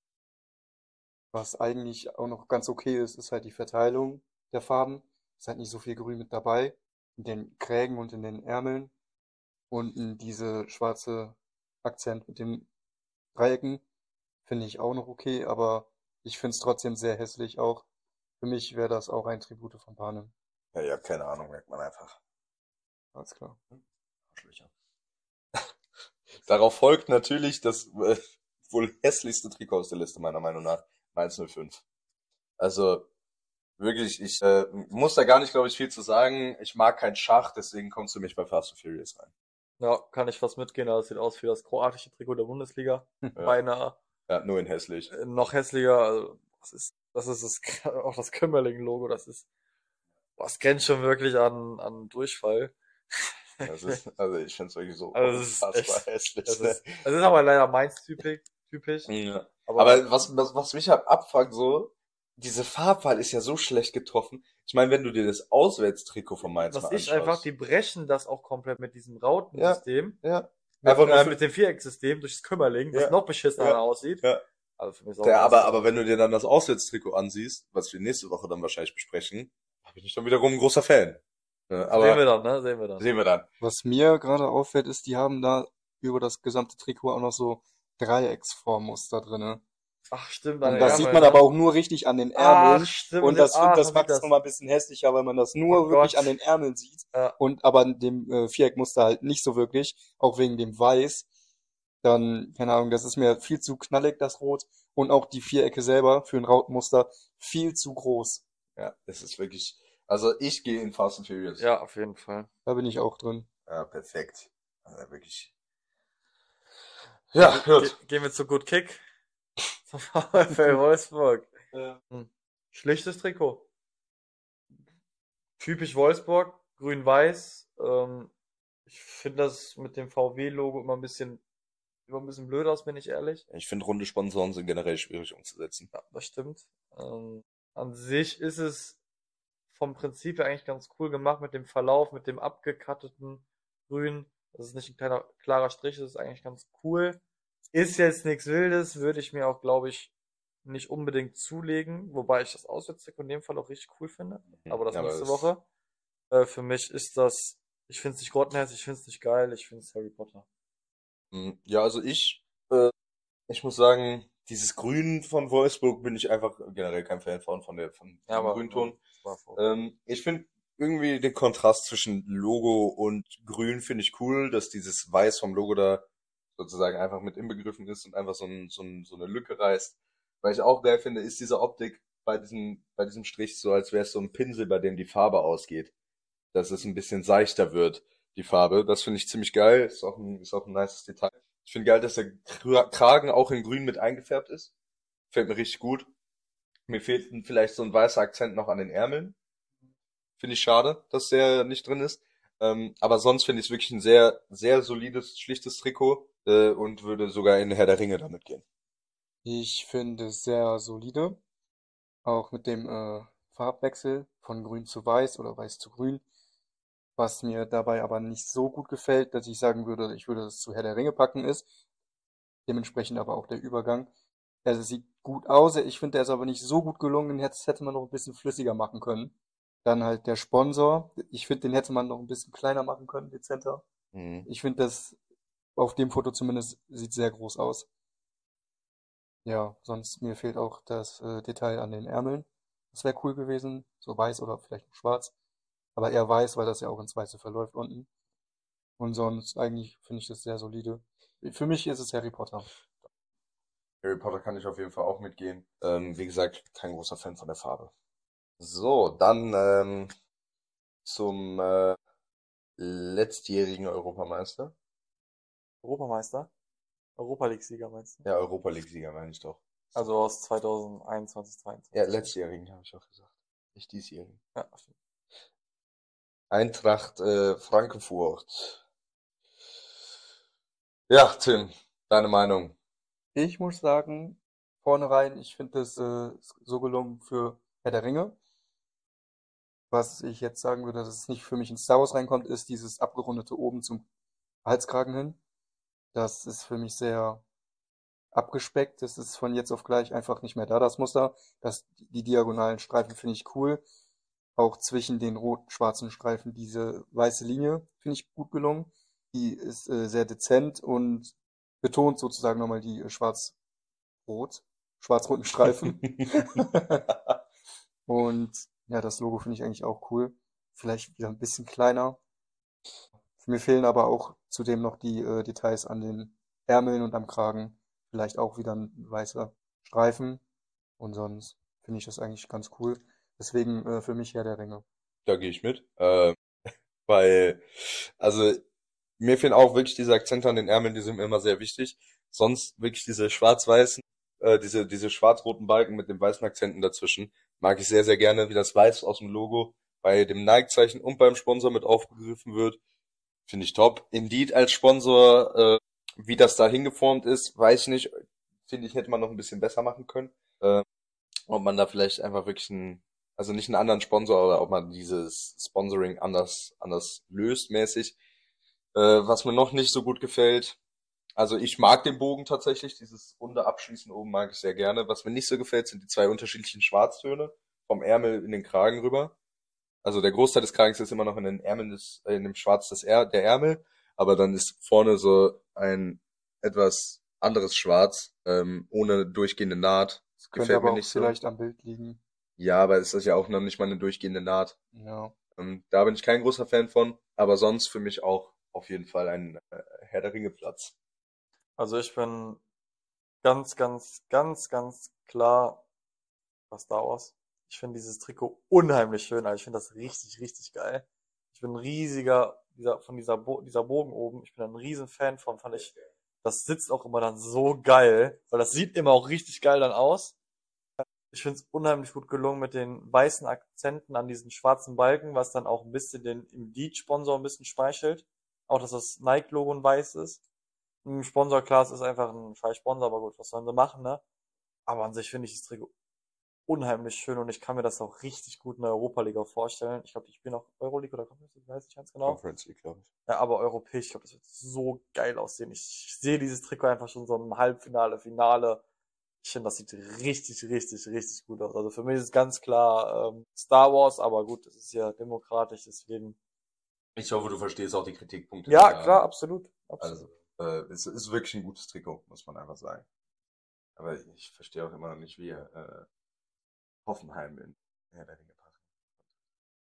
Was eigentlich auch noch ganz okay ist, ist halt die Verteilung der Farben. Ist halt nicht so viel Grün mit dabei. In den Kragen und in den Ärmeln. Unten diese schwarze Akzent mit den Dreiecken finde ich auch noch okay, aber ich finde es trotzdem sehr hässlich auch. Für mich wäre das auch ein Tribute von Panem. Ja, ja, keine Ahnung, merkt man einfach. Alles klar. Arschlöcher. Darauf folgt natürlich das äh, wohl hässlichste Trikot aus der Liste, meiner Meinung nach. Mainz null fünf. Also, wirklich, ich äh, muss da gar nicht, glaube ich, viel zu sagen. Ich mag keinen Schach, deswegen kommst du mich bei Fast and Furious rein. Ja, kann ich fast mitgehen, aber es sieht aus wie das kroatische Trikot der Bundesliga. Ja. Beinahe. Ja, nur in hässlich. Äh, noch hässlicher, also, das ist, das ist das, auch das Kömmerling-Logo, das ist, boah, das grenzt schon wirklich an, an Durchfall. Das ist, also ich finde es wirklich so Also, es ist unfassbar echt- hässlich. Das ne? ist, das ist aber leider Mainz-typisch, typisch. Ja. Aber, Aber was, was, was mich halt abfuckt, so, diese Farbwahl ist ja so schlecht getroffen. Ich meine, wenn du dir das Auswärtstrikot von Mainz was mal ich anschaust. einfach, die brechen das auch komplett mit diesem Rautensystem. Ja. Mit, Einfach also nur mit dem Vierecksystem durch das Kümmerling, was Ja. noch beschissener Ja. aussieht. Ja. Also für mich ist auch Ja, das- aber, aber wenn du dir dann das Auswärtstrikot ansiehst, was wir nächste Woche dann wahrscheinlich besprechen, bin ich dann wiederum ein großer Fan. Ja, aber sehen wir dann, ne? Sehen wir dann. sehen wir dann. Was mir gerade auffällt, ist, die haben da über das gesamte Trikot auch noch so Dreiecksformmuster drinne. Ach, stimmt. Und an das den sieht Ärmeln, man aber ne? auch nur richtig an den Ärmeln. Ach, stimmt. Und das, ah, das man macht sieht es nochmal ein bisschen hässlicher, weil man das nur Oh wirklich Gott. an den Ärmeln sieht. Ja. Und aber an dem äh, Viereckmuster halt nicht so wirklich, auch wegen dem Weiß. Dann, keine Ahnung, das ist mir viel zu knallig, das Rot. Und auch die Vierecke selber für ein Rautenmuster viel zu groß. Ja, das ist wirklich, also ich gehe in Fast and Furious. Ja, auf jeden Fall. Da bin ich auch drin. Ja, perfekt. Also wirklich. Ja, Ge gut. gehen wir zu Good Kick. Zum VfL Wolfsburg. Ja. Hm. Schlichtes Trikot. Typisch Wolfsburg, grün-weiß. Ähm, ich finde das mit dem V W-Logo immer ein bisschen, immer ein bisschen blöd aus, bin ich ehrlich. Ich finde, runde Sponsoren sind generell schwierig umzusetzen. Ja, das stimmt. Ähm, an sich ist es vom Prinzip her eigentlich ganz cool gemacht mit dem Verlauf, mit dem abgekatteten Grün. Das ist nicht ein kleiner, klarer Strich, das ist eigentlich ganz cool. Ist jetzt nichts Wildes, würde ich mir auch, glaube ich, nicht unbedingt zulegen, wobei ich das Auswärtstrikot in dem Fall auch richtig cool finde. Aber das Ja, aber nächste das- Woche. Äh, für mich ist das, ich finde es nicht grottenhässlich, ich finde es nicht geil, ich finde es Harry Potter. Mm, Ja, also ich, äh, ich muss sagen, dieses Grün von Wolfsburg bin ich einfach generell kein Fan von, von der, von Ja, dem aber Grünton. war vor- Ähm, ich finde irgendwie den Kontrast zwischen Logo und Grün finde ich cool, dass dieses Weiß vom Logo da sozusagen einfach mit inbegriffen ist und einfach so, ein, so, ein, so eine Lücke reißt. Weil ich auch geil finde, ist diese Optik bei diesem, bei diesem Strich so, als wäre es so ein Pinsel, bei dem die Farbe ausgeht. Dass es ein bisschen seichter wird, die Farbe. Das finde ich ziemlich geil. Ist auch ein, ist auch ein nices Detail. Ich finde geil, dass der Kra- Kragen auch in grün mit eingefärbt ist. Fällt mir richtig gut. Mir fehlt vielleicht so ein weißer Akzent noch an den Ärmeln. Finde ich schade, dass der nicht drin ist. Ähm, aber sonst finde ich es wirklich ein sehr, sehr solides, schlichtes Trikot äh, und würde sogar in Herr der Ringe damit gehen. Ich finde es sehr solide, auch mit dem äh, Farbwechsel von grün zu weiß oder weiß zu grün. Was mir dabei aber nicht so gut gefällt, dass ich sagen würde, ich würde es zu Herr der Ringe packen, ist dementsprechend aber auch der Übergang. Also es sieht gut aus, ich finde, der ist aber nicht so gut gelungen, jetzt hätte man noch ein bisschen flüssiger machen können. Dann halt der Sponsor, ich finde, den hätte man noch ein bisschen kleiner machen können, dezenter. Mhm. Ich finde, das auf dem Foto zumindest sieht sehr groß aus. Ja, sonst mir fehlt auch das äh, Detail an den Ärmeln. Das wäre cool gewesen, so weiß oder vielleicht noch schwarz. Aber eher weiß, weil das ja auch ins Weiße verläuft unten. Und sonst eigentlich finde ich das sehr solide. Für mich ist es Harry Potter. Harry Potter kann ich auf jeden Fall auch mitgehen. Ähm, wie gesagt, kein großer Fan von der Farbe. So, dann ähm, zum äh, letztjährigen Europameister. Europameister? Europa League-Sieger meinst du? Ja, Europa League-Sieger meine ich doch. Also aus zweitausendeinundzwanzig, Ja, zweiundzwanzig. letztjährigen habe ich auch gesagt. Nicht diesjährigen. Ja, stimmt. Eintracht äh, Frankfurt. Ja, Tim, deine Meinung. Ich muss sagen, vornherein, ich finde es äh, so gelungen für Herr der Ringe. Was ich jetzt sagen würde, dass es nicht für mich in Star Wars reinkommt, ist dieses abgerundete oben zum Halskragen hin. Das ist für mich sehr abgespeckt. Das ist von jetzt auf gleich einfach nicht mehr da, das Muster. Das, die diagonalen Streifen finde ich cool. Auch zwischen den rot-schwarzen Streifen diese weiße Linie finde ich gut gelungen. Die ist äh, sehr dezent und betont sozusagen nochmal die äh, schwarz-rot, schwarz-roten Streifen. Und ja, das Logo finde ich eigentlich auch cool. Vielleicht wieder ein bisschen kleiner. Mir fehlen aber auch zudem noch die äh, Details an den Ärmeln und am Kragen. Vielleicht auch wieder ein weißer Streifen. Und sonst finde ich das eigentlich ganz cool. Deswegen äh, für mich Herr der Ringe. Da gehe ich mit. Äh, weil, also mir fehlen auch wirklich diese Akzente an den Ärmeln, die sind mir immer sehr wichtig. Sonst wirklich diese schwarz-weißen, äh, diese, diese schwarz-roten Balken mit den weißen Akzenten dazwischen. Mag ich sehr, sehr gerne, wie das Weiß aus dem Logo bei dem Nike-Zeichen und beim Sponsor mit aufgegriffen wird. Finde ich top. Indeed als Sponsor, äh, wie das da hingeformt ist, weiß ich nicht. Finde ich, hätte man noch ein bisschen besser machen können. Äh, ob man da vielleicht einfach wirklich einen, also nicht einen anderen Sponsor, oder ob man dieses Sponsoring anders, anders löst mäßig. Äh, was mir noch nicht so gut gefällt, also ich mag den Bogen tatsächlich, dieses runde Abschließen oben mag ich sehr gerne. Was mir nicht so gefällt, sind die zwei unterschiedlichen Schwarztöne vom Ärmel in den Kragen rüber. Also der Großteil des Kragens ist immer noch in den Ärmeln des, äh, in dem Schwarz des Är der Ärmel, aber dann ist vorne so ein etwas anderes Schwarz, ähm, ohne durchgehende Naht. Das könnte Gefällt mir aber auch nicht so. vielleicht am Bild liegen. Ja, aber es ist ja auch noch nicht mal eine durchgehende Naht. Ja. Ähm, da bin ich kein großer Fan von, aber sonst für mich auch auf jeden Fall ein äh, Herr der Ringe Platz. Also ich bin ganz, ganz, ganz, ganz klar bei Star Wars. Ich finde dieses Trikot unheimlich schön. Also ich finde das richtig, richtig geil. Ich bin ein riesiger, dieser, von dieser, Bo dieser Bogen oben. Ich bin ein riesen Fan von, fand ich. Das sitzt auch immer dann so geil, weil das sieht immer auch richtig geil dann aus. Ich finde es unheimlich gut gelungen mit den weißen Akzenten an diesen schwarzen Balken, was dann auch ein bisschen den Indeed-Sponsor ein bisschen schmeichelt. Auch, dass das Nike-Logo in weiß ist. Ein Sponsor, klar, es ist einfach ein scheiß Sponsor, aber gut, was sollen sie machen, ne? Aber an sich finde ich das Trikot unheimlich schön und ich kann mir das auch richtig gut in der Europa League auch vorstellen. Ich glaube, die spielen auch Euroleague oder Conference League, weiß ich ganz genau. Conference League, glaube ich. Ja, aber europäisch, ich glaube, das wird so geil aussehen. Ich, ich sehe dieses Trikot einfach schon so im Halbfinale, Finale. Ich finde, das sieht richtig, richtig, richtig gut aus. Also für mich ist es ganz klar ähm, Star Wars, aber gut, es ist ja demokratisch, deswegen. Ich hoffe, du verstehst auch die Kritikpunkte. Ja, die wir klar, haben. absolut. absolut. Also, äh, es ist wirklich ein gutes Trikot, muss man einfach sagen. Aber ich verstehe auch immer noch nicht, wie er äh, Hoffenheim in Herr der Ringe packen.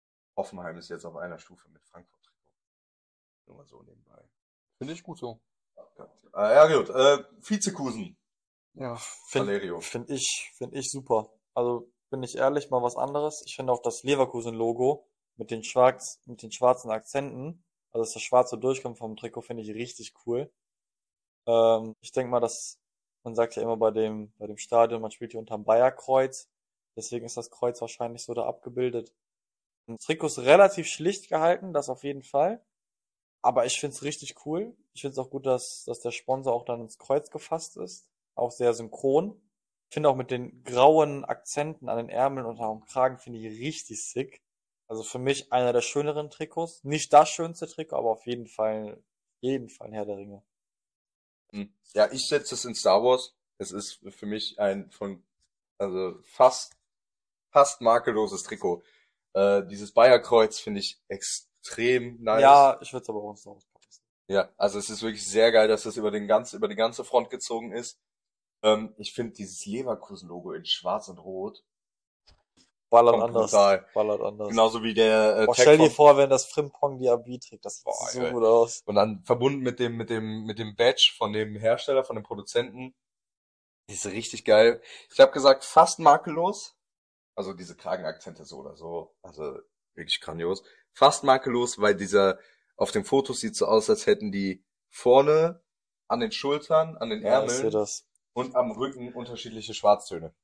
Hoffenheim ist jetzt auf einer Stufe mit Frankfurt-Trikot. Nur mal so nebenbei. Finde ich gut so. Ah, ja, gut. Äh, Vizekusen. Ja, Valerio. Finde find ich, finde ich super. Also bin ich ehrlich, mal was anderes. Ich finde auch das Leverkusen-Logo mit den schwarz, mit den schwarzen Akzenten, also dass das schwarze durchkommt vom Trikot, finde ich richtig cool. Ähm, ich denke mal, dass man sagt ja immer bei dem, bei dem Stadion, man spielt hier unterm Bayerkreuz. Deswegen ist das Kreuz wahrscheinlich so da abgebildet. Das Trikot ist relativ schlicht gehalten, das auf jeden Fall. Aber ich find's richtig cool. Ich find's auch gut, dass, dass der Sponsor auch dann ins Kreuz gefasst ist. Auch sehr synchron. Ich finde auch mit den grauen Akzenten an den Ärmeln und am Kragen finde ich richtig sick. Also für mich einer der schöneren Trikots. Nicht das schönste Trikot, aber auf jeden Fall, jeden Fall Herr der Ringe. Hm. Ja, ich setze es in Star Wars. Es ist für mich ein von, also fast, fast makelloses Trikot. Äh, dieses Bayerkreuz finde ich extrem nice. Ja, ich würde es aber auch ins Haus packen. Ja, also es ist wirklich sehr geil, dass das über den ganz, über die ganze Front gezogen ist. Ähm, ich finde dieses Leverkusen-Logo in Schwarz und Rot Ballert kommt anders. brutal. Ballert anders. Genauso wie der äh, Boah, Tag stell dir von, vor, wenn das Frimpong Diaby trägt, das sieht Boah, so geil. gut aus. und dann verbunden mit dem, mit dem, mit dem Badge von dem Hersteller, von dem Produzenten. Die ist richtig geil. Ich habe gesagt, fast makellos. Also diese Kragenakzente so oder so. Also wirklich grandios. Fast makellos, weil dieser, auf den Fotos sieht so aus, als hätten die vorne an den Schultern, an den Ja, ich sehe Ärmeln das. und am Rücken unterschiedliche Schwarztöne.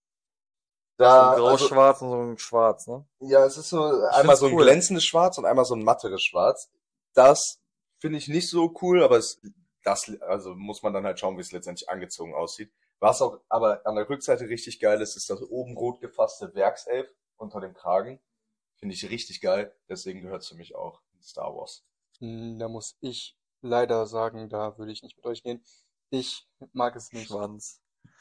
So Da, ein also, grau-schwarz und so ein schwarz, ne? ja, es ist so einmal find's so ein cool. glänzendes Schwarz und einmal so ein matteres Schwarz. Das finde ich nicht so cool, aber es, das, also muss man dann halt schauen, wie es letztendlich angezogen aussieht. Was auch aber an der Rückseite richtig geil ist, ist das oben rot gefasste Werkself unter dem Kragen. Finde ich richtig geil. Deswegen gehört es für mich auch in Star Wars. hm, da muss ich leider sagen, da würde ich nicht mit euch gehen. Ich mag es nicht. Schwanz.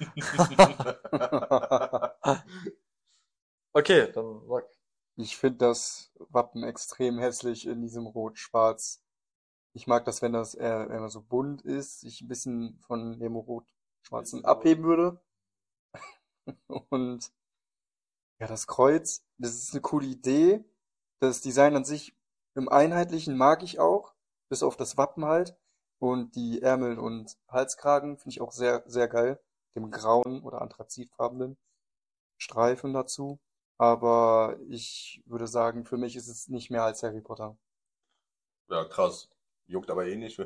Okay, dann sag. Ich finde das Wappen extrem hässlich in diesem Rot-Schwarz. Ich mag das, wenn das eher, eher so bunt ist, sich ein bisschen von dem Rot-Schwarzen abheben würde. Und ja, das Kreuz, das ist eine coole Idee. Das Design an sich im Einheitlichen mag ich auch, bis auf das Wappen halt. Und die Ärmel und Halskragen finde ich auch sehr, sehr geil. Dem grauen oder anthrazitfarbenen Streifen dazu. Aber ich würde sagen, für mich ist es nicht mehr als Harry Potter. Ja, krass. Juckt aber eh nicht. Ja,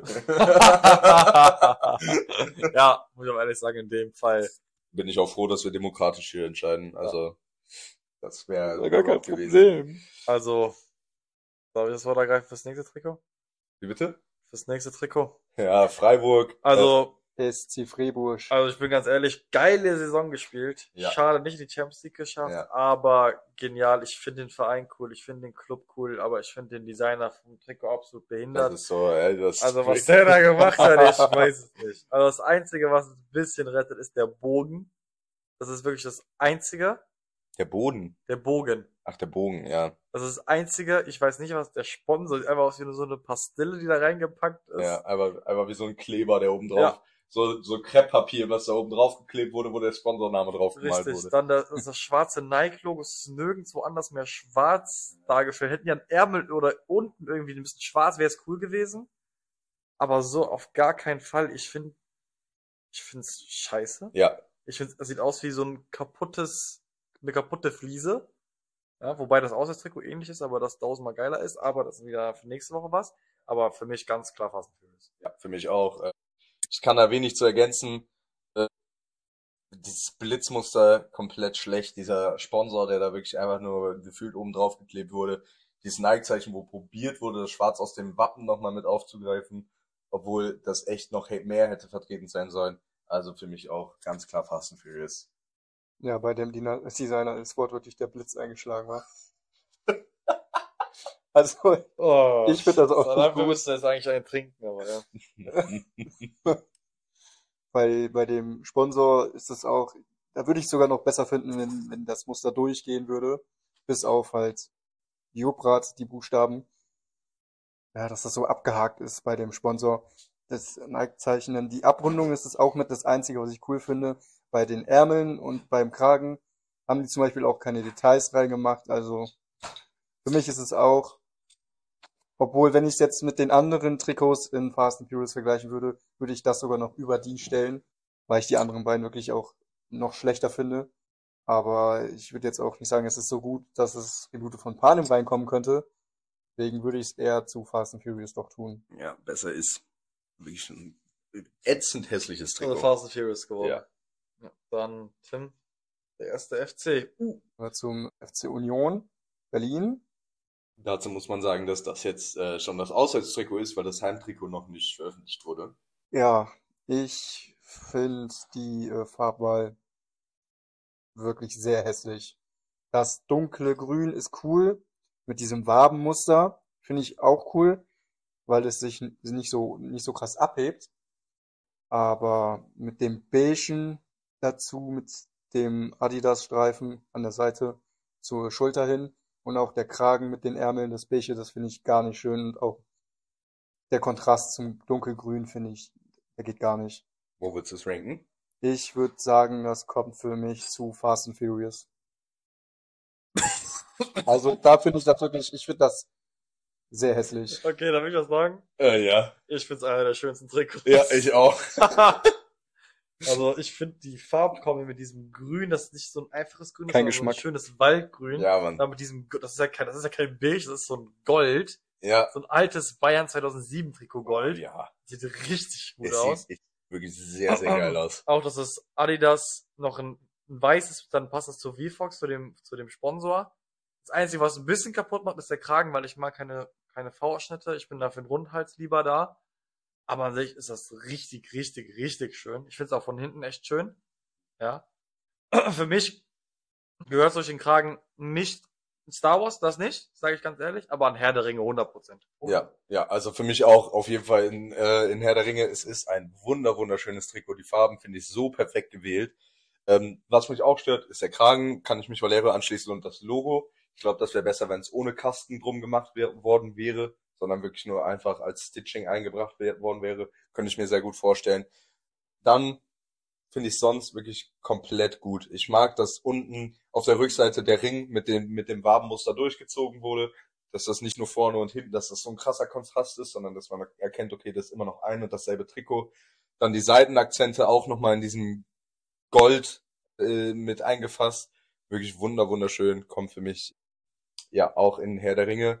muss ich auch ehrlich sagen, in dem Fall. Bin ich auch froh, dass wir demokratisch hier entscheiden. Also, das wäre Ja, gar kein Problem. Also, soll ich das Wort ergreifen fürs nächste Trikot? Wie bitte? Fürs nächste Trikot. Ja, Freiburg. Also, S C Freiburg. also ich bin ganz ehrlich, geile Saison gespielt. Ja. Schade, nicht die Champions League geschafft, Ja. aber genial. Ich finde den Verein cool, ich finde den Club cool, aber ich finde den Designer vom Trikot absolut Das behindert. ist so, ey, das Also was der da gemacht hat, ich weiß es nicht. Also das Einzige, was es ein bisschen rettet, ist der Bogen. Das ist wirklich das Einzige. Der Boden. Der Bogen. Ach, der Bogen, ja. Das ist das Einzige. Ich weiß nicht, was der Sponsor sieht. Einfach aus wie so eine Pastille, die da reingepackt ist. Ja, einfach, einfach wie so ein Kleber, der oben drauf, Ja. so, so Krepppapier, was da oben drauf geklebt wurde, wo der Sponsorname drauf gemalt Richtig. wurde. Dann das, das schwarze Nike-Logo ist nirgendwo anders mehr schwarz dargestellt. Hätten ja ein Ärmel oder unten irgendwie ein bisschen schwarz, wäre es cool gewesen. Aber so auf gar keinen Fall. Ich finde, ich finde es scheiße. Ja, Ich finde, es sieht aus wie so ein kaputtes, eine kaputte Fliese. Ja, wobei das Auswärtstrikot ähnlich ist, aber das tausendmal geiler ist. Aber das ist wieder für nächste Woche was. Aber für mich ganz klar Fast and Furious. ja, für mich auch. Äh, Ich kann da wenig zu ergänzen. Äh, Dieses Blitzmuster komplett schlecht. Dieser Sponsor, der da wirklich einfach nur gefühlt oben drauf geklebt wurde. Dieses Nike-Zeichen, wo probiert wurde, das Schwarz aus dem Wappen nochmal mit aufzugreifen. Obwohl das echt noch mehr hätte vertreten sein sollen. Also für mich auch ganz klar Fast and Furious. Ja, bei dem Dina- Designer ist wortwörtlich der Blitz eingeschlagen war. Also, Oh, ich finde das auch dann nicht wir gut, müssen jetzt eigentlich einen trinken, aber ja. weil bei dem Sponsor ist es auch, da würde ich sogar noch besser finden, wenn, wenn das Muster durchgehen würde, bis auf halt Jobrad, die Buchstaben. Ja, dass das so abgehakt ist bei dem Sponsor. Das Nike-Zeichen, die Abrundung ist es auch mit das Einzige, was ich cool finde. Bei den Ärmeln und beim Kragen haben die zum Beispiel auch keine Details reingemacht. Also für mich ist es auch Obwohl, wenn ich es jetzt mit den anderen Trikots in Fast and Furious vergleichen würde, würde ich das sogar noch über die stellen, weil ich die anderen beiden wirklich auch noch schlechter finde. Aber ich würde jetzt auch nicht sagen, es ist so gut, dass es Tribute von Panem reinkommen könnte. Deswegen würde ich es eher zu Fast and Furious doch tun. Ja, besser ist. Wirklich ein ätzend hässliches Also Trikot. Fast and Furious geworden. Ja. Ja. Dann Tim, der erste F C. Uh. Oder zum F C Union Berlin. Dazu muss man sagen, dass das jetzt äh, schon das Auswärtstrikot ist, weil das Heimtrikot noch nicht veröffentlicht wurde. Ja, ich finde die äh, Farbwahl wirklich sehr hässlich. Das dunkle Grün ist cool, mit diesem Wabenmuster, finde ich auch cool, weil es sich n- nicht so, nicht so krass abhebt. Aber mit dem Beigen dazu, mit dem Adidas-Streifen an der Seite zur Schulter hin und auch der Kragen mit den Ärmeln, das Beige, das finde ich gar nicht schön. Und auch der Kontrast zum Dunkelgrün finde ich, der geht gar nicht. Wo willst du es ranken? Ich würde sagen, das kommt für mich zu Fast and Furious. Also da finde ich das wirklich, ich finde das sehr hässlich. Okay, darf ich was sagen? Äh, ja. Ich finde es einer der schönsten Trikots. Ja, ich auch. Also ich finde die Farbkombi mit diesem Grün, das ist nicht so ein einfaches Grün, das Kein ist so ein Geschmack. schönes Waldgrün. Ja, Mann. Aber mit diesem, das ist ja kein, das ist ja kein Beige, das ist so ein Gold. Ja. So ein altes Bayern zweitausendsieben Trikot Gold. Ja. Sieht richtig gut Es aus. sieht echt wirklich sehr, sehr geil aus. Auch, dass es Adidas noch ein, ein weißes, dann passt es zu V-Fox, zu dem, zu dem Sponsor. Das Einzige, was ein bisschen kaputt macht, ist der Kragen, weil ich mag keine, keine V-Ausschnitte. Ich bin dafür ein Rundhals lieber da. Aber an sich ist das richtig, richtig, richtig schön. Ich finde es auch von hinten echt schön. Ja. Für mich gehört durch den Kragen nicht Star Wars, das nicht, sage ich ganz ehrlich, aber an Herr der Ringe hundert Prozent. Ja, ja, also für mich auch auf jeden Fall in, äh, in Herr der Ringe. Es ist ein wunder, wunderschönes Trikot. Die Farben finde ich so perfekt gewählt. Ähm, was mich auch stört, ist der Kragen. Kann ich mich Valero anschließen und das Logo. Ich glaube, das wäre besser, wenn es ohne Kasten drum gemacht wär, worden wäre, sondern wirklich nur einfach als Stitching eingebracht wär, worden wäre. Könnte ich mir sehr gut vorstellen. Dann finde ich sonst wirklich komplett gut. Ich mag, dass unten auf der Rückseite der Ring mit dem, mit dem Wabenmuster durchgezogen wurde, dass das nicht nur vorne und hinten, dass das so ein krasser Kontrast ist, sondern dass man erkennt, okay, das ist immer noch ein und dasselbe Trikot. Dann die Seitenakzente auch nochmal in diesem Gold äh, mit eingefasst. Wirklich wunder, wunderschön. Kommt für mich ja auch in Herr der Ringe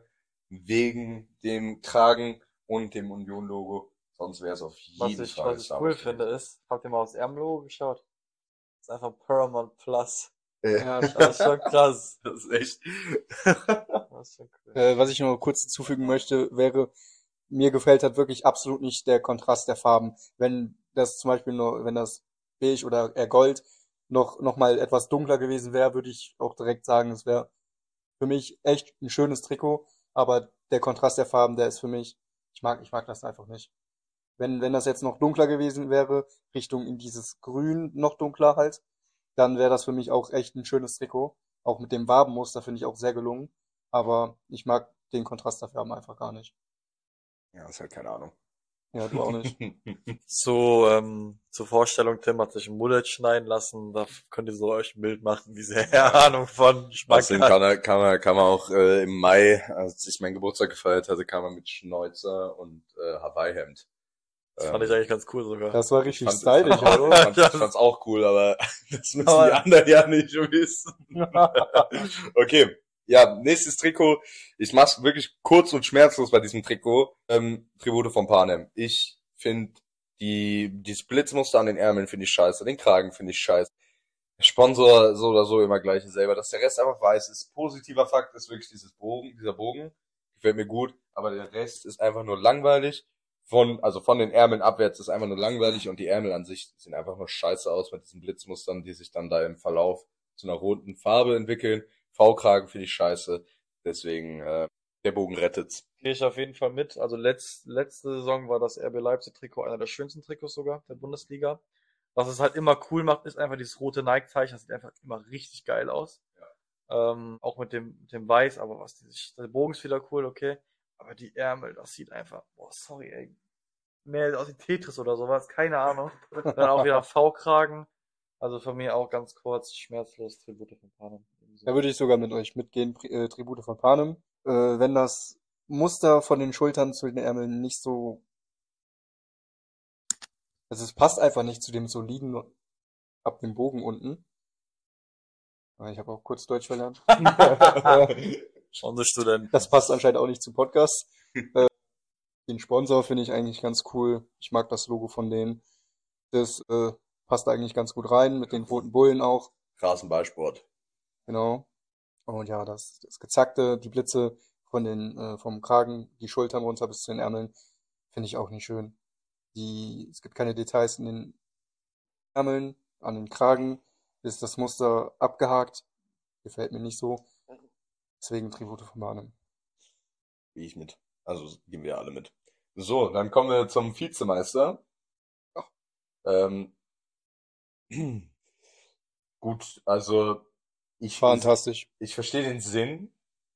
wegen dem Kragen und dem Union-Logo. Sonst wäre es auf Was jeden ich, Fall was ich Star cool Wars finde ist, habt ihr mal aufs Ärmellogo geschaut? Das ist einfach Paramount Plus. Äh, Ja, Das ist schon krass. das ist echt. Das ist schon cool. Äh, was ich noch kurz hinzufügen möchte, wäre, mir gefällt halt wirklich absolut nicht der Kontrast der Farben. Wenn das zum Beispiel nur, wenn das Beige oder eher Gold noch, noch mal etwas dunkler gewesen wäre, würde ich auch direkt sagen, es wäre für mich echt ein schönes Trikot, aber der Kontrast der Farben, der ist für mich, ich mag, ich mag das einfach nicht. Wenn, wenn das jetzt noch dunkler gewesen wäre, Richtung in dieses Grün noch dunkler halt, dann wäre das für mich auch echt ein schönes Trikot. Auch mit dem Wabenmuster finde ich auch sehr gelungen. Aber ich mag den Kontrast der Farben einfach gar nicht. Ja, ist halt keine Ahnung. Ja, du auch nicht. Zu, ähm, zur Vorstellung, Tim hat sich ein Mullet schneiden lassen. Da könnt ihr so euch ein Bild machen, wie sehr er Ahnung von Geschmack Außerdem hat. kann er, kann man, kann man auch äh, im Mai, als ich meinen Geburtstag gefeiert hatte, kam er mit Schnäuzer und äh, Hawaii-Hemd. Das fand ich eigentlich ganz cool sogar. Das war richtig fand- stylisch, Ich oder? fand, ich fand's auch cool, aber das müssen Aber- die anderen ja nicht wissen. Okay, ja, nächstes Trikot. Ich mach's wirklich kurz und schmerzlos bei diesem Trikot. Ähm, Tribute von Panem. Ich finde die, die Splitzmuster an den Ärmeln finde ich scheiße, den Kragen finde ich scheiße. Der Sponsor so oder so immer gleich selber, dass der Rest einfach weiß ist. Positiver Fakt ist wirklich dieses Bogen, dieser Bogen. Gefällt mir gut, aber der Rest ist einfach nur langweilig. Von, also von den Ärmeln abwärts ist einfach nur langweilig und die Ärmel an sich sehen einfach nur scheiße aus mit diesen Blitzmustern, die sich dann da im Verlauf zu einer roten Farbe entwickeln. V-Kragen finde ich scheiße. Deswegen, äh, der Bogen rettet's. Gehe ich auf jeden Fall mit. Also letzt, letzte Saison war das R B Leipzig-Trikot einer der schönsten Trikots sogar der Bundesliga. Was es halt immer cool macht, ist einfach dieses rote Nike-Zeichen. Das sieht einfach immer richtig geil aus. Ähm, auch mit dem, mit dem Weiß, aber was die, der Bogen ist wieder cool, okay. Aber die Ärmel, das sieht einfach, boah, sorry, ey. Mehr aus wie Tetris oder sowas, keine Ahnung. Dann auch wieder V-Kragen. Also von mir auch ganz kurz, schmerzlos, Tribute von Panem. Da würde ich sogar mit euch mitgehen, Pri- äh, Tribute von Panem. Äh, wenn das Muster von den Schultern zu den Ärmeln nicht so, also es passt einfach nicht zu dem soliden ab dem Bogen unten. Aber ich habe auch kurz Deutsch verlernt. Und Studenten. Das passt anscheinend auch nicht zum Podcast. äh, den Sponsor finde ich eigentlich ganz cool. Ich mag das Logo von denen. Das äh, passt eigentlich ganz gut rein, mit den roten Bullen auch. Rasenballsport. Genau. Und ja, das, das Gezackte, die Blitze von den, äh, vom Kragen, die Schultern runter bis zu den Ärmeln, finde ich auch nicht schön. Die, es gibt keine Details in den Ärmeln, an den Kragen ist das Muster abgehakt. Gefällt mir nicht so. Deswegen Tribute von Panem. Wie ich mit. Also gehen wir alle mit. So, dann kommen wir zum Vizemeister. Ach. Ähm, gut, also ich, Fantastisch. ich verstehe den Sinn,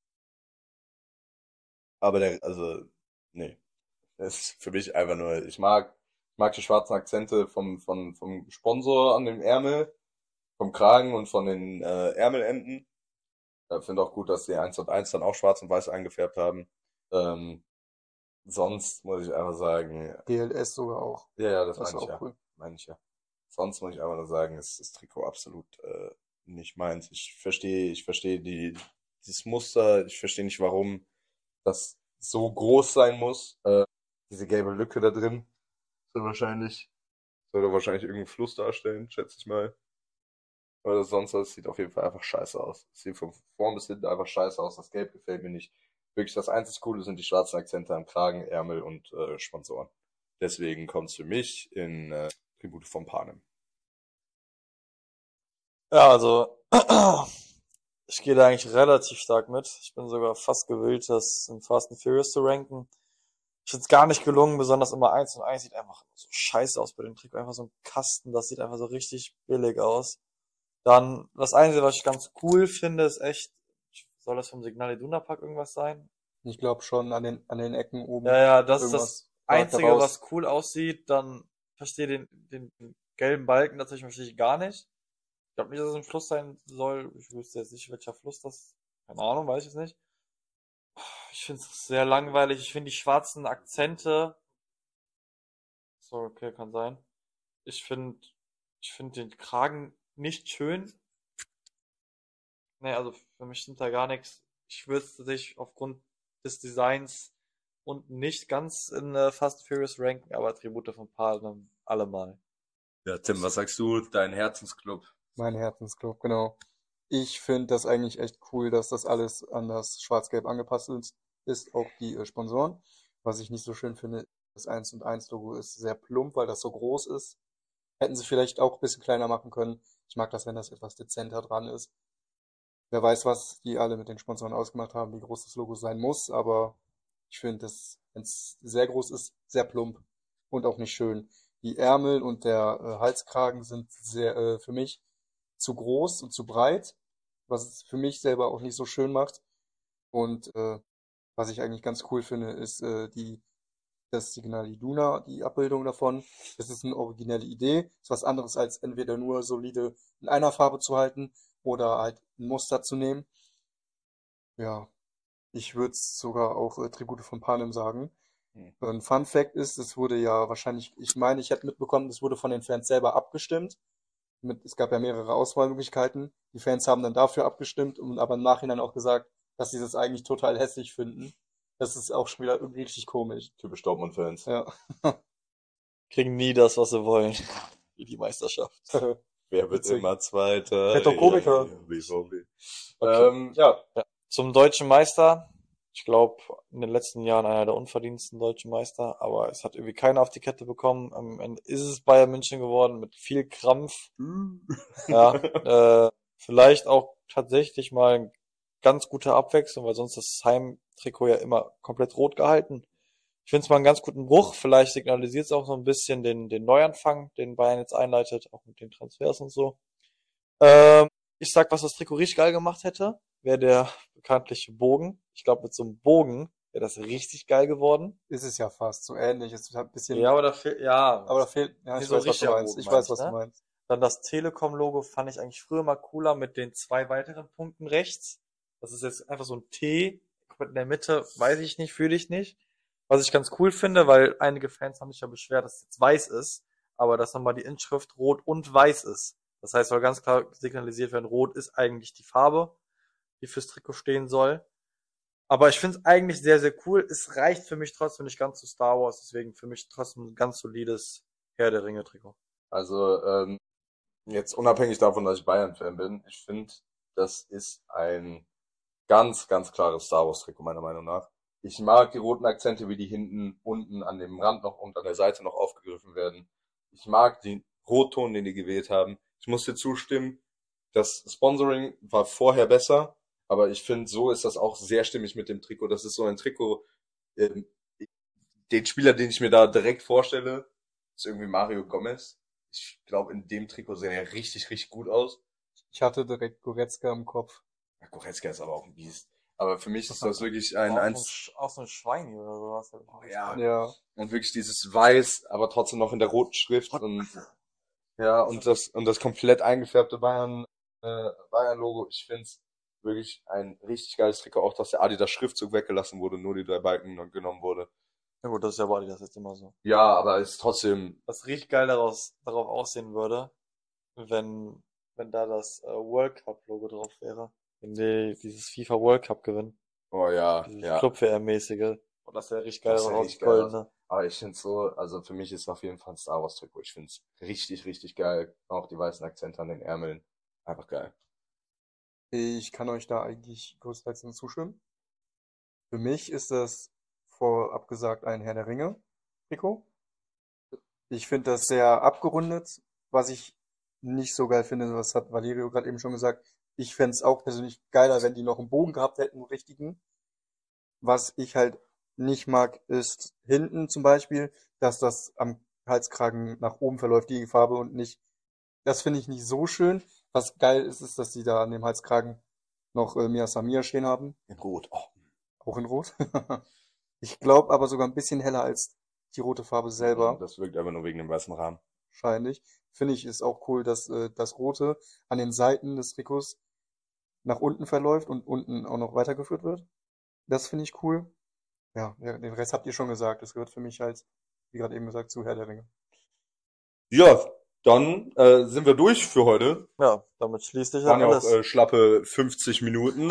aber der, also, nee. Das ist für mich einfach nur, ich mag, ich mag die schwarzen Akzente vom, vom, vom Sponsor an dem Ärmel, vom Kragen und von den äh, Ärmelenden. Ich finde auch gut, dass die eins und eins dann auch schwarz und weiß eingefärbt haben. Ähm, sonst muss ich einfach sagen, G L S sogar auch. ja, ja, das, Das meine ist ich ja. auch cool. Meine ich ja. Sonst muss ich einfach nur sagen, ist das Trikot absolut äh, nicht meins. Ich verstehe, ich verstehe die, dieses Muster, ich verstehe nicht, warum das so groß sein muss. Äh, diese gelbe Lücke da drin soll wahrscheinlich, soll da wahrscheinlich irgendeinen Fluss darstellen, schätze ich mal. Oder sonst was, sieht auf jeden Fall einfach scheiße aus. Es sieht von vorn bis hinten einfach scheiße aus. Das Gelb gefällt mir nicht. Wirklich das einzig Coole sind die schwarzen Akzente am Kragen, Ärmel und äh, Sponsoren. Deswegen kommt es für mich in äh, Tribute von Panem. Ja, also ich gehe da eigentlich relativ stark mit. Ich bin sogar fast gewillt, das in Fast and Furious zu ranken. Ich finde es gar nicht gelungen, besonders immer eins und eins sieht einfach so scheiße aus bei dem Trikot. Einfach so ein Kasten, das sieht einfach so richtig billig aus. Dann, das Einzige, was ich ganz cool finde, ist echt, soll das vom Signal Iduna Park irgendwas sein? Ich glaube schon an den, an den Ecken oben. Ja, ja, das ist das irgendwas ragt Einzige, daraus. was cool aussieht. Dann verstehe den, den gelben Balken tatsächlich verstehe ich gar nicht. Ich glaube nicht, dass es ein Fluss sein soll. Ich wüsste jetzt nicht, welcher Fluss das. Keine Ahnung, weiß ich jetzt nicht. Ich finde es sehr langweilig. Ich finde die schwarzen Akzente. So, okay, kann sein. Ich finde, ich finde den Kragen nicht schön. Nee, also für mich stimmt da gar nichts. Ich würde sich aufgrund des Designs unten nicht ganz in äh, Fast and Furious ranken, aber Tribute von Panem allemal. Ja, Tim, was sagst du? Dein Herzensclub. Mein Herzensclub, genau. Ich finde das eigentlich echt cool, dass das alles an das Schwarz-Gelb angepasst ist, ist auch die äh, Sponsoren. Was ich nicht so schön finde, das eins und eins Logo ist sehr plump, weil das so groß ist. Hätten sie vielleicht auch ein bisschen kleiner machen können. Ich mag das, wenn das etwas dezenter dran ist. Wer weiß, was die alle mit den Sponsoren ausgemacht haben, wie groß das Logo sein muss, aber ich finde das, wenn es sehr groß ist, sehr plump und auch nicht schön. Die Ärmel und der äh, Halskragen sind sehr äh, für mich zu groß und zu breit, was es für mich selber auch nicht so schön macht. Und äh, was ich eigentlich ganz cool finde, ist äh, die das Signal Iduna, die Abbildung davon. Das ist eine originelle Idee. Ist was anderes als entweder nur solide in einer Farbe zu halten oder halt ein Muster zu nehmen. Ja, ich würde sogar auch äh, Tribute von Panem sagen. Hm. Ein Fun Fact ist, es wurde ja wahrscheinlich, ich meine, ich hätte mitbekommen, es wurde von den Fans selber abgestimmt. Mit, es gab ja mehrere Auswahlmöglichkeiten. Die Fans haben dann dafür abgestimmt und aber im Nachhinein auch gesagt, dass sie das eigentlich total hässlich finden. Das ist auch schon wieder irgendwie richtig komisch. Typisch Dortmund-Fans. Ja. Kriegen nie das, was sie wollen. Wie die Meisterschaft. Wer wird Witzig. immer Zweiter? Hätte doch Komiker. Ja, B V B. Okay. Ähm, ja, Zum deutschen Meister. Ich glaube, in den letzten Jahren einer der unverdiensten deutschen Meister, aber es hat irgendwie keiner auf die Kette bekommen. Am Ende ist es Bayern München geworden mit viel Krampf. Ja, äh, vielleicht auch tatsächlich mal eine ganz gute Abwechslung, weil sonst das Heimtrikot ja immer komplett rot gehalten. Ich finde es mal einen ganz guten Bruch. Vielleicht signalisiert es auch so ein bisschen den, den Neuanfang, den Bayern jetzt einleitet, auch mit den Transfers und so. Ähm, ich sag, was das Trikot richtig geil gemacht hätte, wäre der bekanntliche Bogen. Ich glaube, mit so einem Bogen wäre das richtig geil geworden. Ist es ja fast so ähnlich. Es hat ein bisschen, Ja, aber da fehlt, ja. aber da fehlt, ja, Nee, ich so weiß, was du richtiger meinst. Bogen, Ich meine weiß, ich, was du ne? meinst. Dann das Telekom-Logo fand ich eigentlich früher mal cooler mit den zwei weiteren Punkten rechts. Das ist jetzt einfach so ein T, in der Mitte, weiß ich nicht, fühle ich nicht. Was ich ganz cool finde, weil einige Fans haben sich ja beschwert, dass es jetzt weiß ist, aber dass nochmal die Inschrift rot und weiß ist. Das heißt, soll ganz klar signalisiert werden, rot ist eigentlich die Farbe, die fürs Trikot stehen soll. Aber ich finde es eigentlich sehr, sehr cool. Es reicht für mich trotzdem nicht ganz zu Star Wars, deswegen für mich trotzdem ein ganz solides Herr der Ringe-Trikot. Also, ähm, jetzt unabhängig davon, dass ich Bayern-Fan bin, ich finde, das ist ein ganz, ganz klares Star Wars-Trikot, meiner Meinung nach. Ich mag die roten Akzente, wie die hinten, unten an dem Rand noch und an der Seite noch aufgegriffen werden. Ich mag den Rotton, den die gewählt haben. Ich muss dir zustimmen, das Sponsoring war vorher besser, aber ich finde, so ist das auch sehr stimmig mit dem Trikot. Das ist so ein Trikot, ähm, den Spieler, den ich mir da direkt vorstelle, ist irgendwie Mario Gomez. Ich glaube, in dem Trikot sehen er richtig, richtig gut aus. Ich hatte direkt Goretzka im Kopf. Ja, Goretzka ist aber auch ein Biest. Aber für mich ist das wirklich ein, Auch, ein, so ein, Sch- auch so ein Schwein oder sowas. oh, ja, Ja. und wirklich dieses Weiß, aber trotzdem noch in der roten Schrift und, ja, und das, und das komplett eingefärbte Bayern, äh, Bayern-Logo. Ich find's wirklich ein richtig geiles Trikot, auch dass der Adidas Schriftzug weggelassen wurde, nur die drei Balken noch genommen wurde. Ja gut, das ist ja bei das jetzt immer so. Ja, aber ist trotzdem, Was richtig geil daraus, darauf aussehen würde, wenn, wenn da das äh, World Cup Logo drauf wäre. Wenn die dieses FIFA World Cup gewinnen. oh ja, Dieses ja. Club-W M-mäßige. Und das wäre richtig geil Das wär daraus, richtig geil goldene. Aber ich find's so, also für mich ist auf jeden Fall ein Star Wars Trikot. Ich find's richtig, richtig geil. Auch die weißen Akzente an den Ärmeln. Einfach geil. Ich kann euch da eigentlich größtenteils nur zustimmen. Für mich ist das vorab gesagt ein Herr der Ringe Trikot. Ich finde das sehr abgerundet, was ich nicht so geil finde, was hat Valerio gerade eben schon gesagt. Ich fände es auch persönlich geiler, wenn die noch einen Bogen gehabt hätten, einen richtigen. Was ich halt nicht mag, ist hinten zum Beispiel, dass das am Halskragen nach oben verläuft, die Farbe und nicht. Das finde ich nicht so schön. Was geil ist, ist, dass die da an dem Halskragen noch äh, Mia Samir stehen haben. In Rot. Oh. Auch in Rot. Ich glaube aber sogar ein bisschen heller als die rote Farbe selber. Das wirkt aber nur wegen dem weißen Rahmen. Wahrscheinlich. Finde ich, ist auch cool, dass äh, das Rote an den Seiten des Trikots nach unten verläuft und unten auch noch weitergeführt wird. Das finde ich cool. Ja, ja, den Rest habt ihr schon gesagt. Das gehört für mich halt, wie gerade eben gesagt, zu Herr der Ringe. Ja, dann äh, sind wir durch für heute. Ja, damit schließt sich Waren dann ja auch alles. äh, schlappe fünfzig Minuten.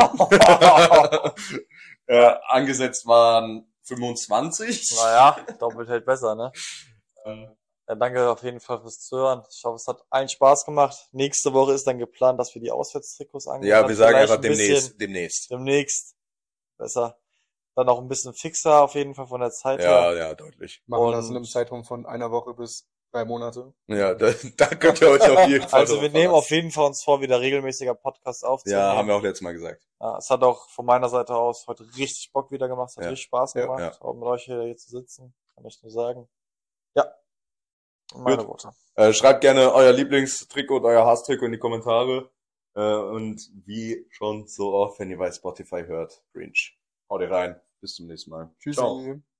äh, angesetzt waren fünfundzwanzig. Naja, doppelt hält besser, ne? Äh, Ja, danke auf jeden Fall fürs Zuhören. Ich hoffe, es hat allen Spaß gemacht. Nächste Woche ist dann geplant, dass wir die Auswärtstrikots angehen. ja, Dann wir sagen vielleicht einfach ein demnächst. bisschen Demnächst. demnächst. Besser. Dann auch ein bisschen fixer auf jeden Fall von der Zeit Ja, her. ja, deutlich. Machen das in Und- einem Zeitraum von einer Woche bis drei Monate. Ja, da, da könnt ihr euch auf jeden Fall Also wir drauf nehmen verlassen. auf jeden Fall uns vor, wieder regelmäßiger Podcast aufzunehmen. Ja, haben wir auch letztes Mal gesagt. Ja, es hat auch von meiner Seite aus heute richtig Bock wieder gemacht. Es hat Ja. richtig Spaß Ja, gemacht, ja. auch mit euch hier, hier zu sitzen. Kann ich nur sagen. Ja. Meine Gut. Worte. Äh, schreibt gerne euer Lieblingstrikot und euer Hasstrikot in die Kommentare. Äh, und wie schon so oft, wenn ihr bei Spotify hört, cringe. Haut ihr rein. Bis zum nächsten Mal. Tschüssi. Ciao.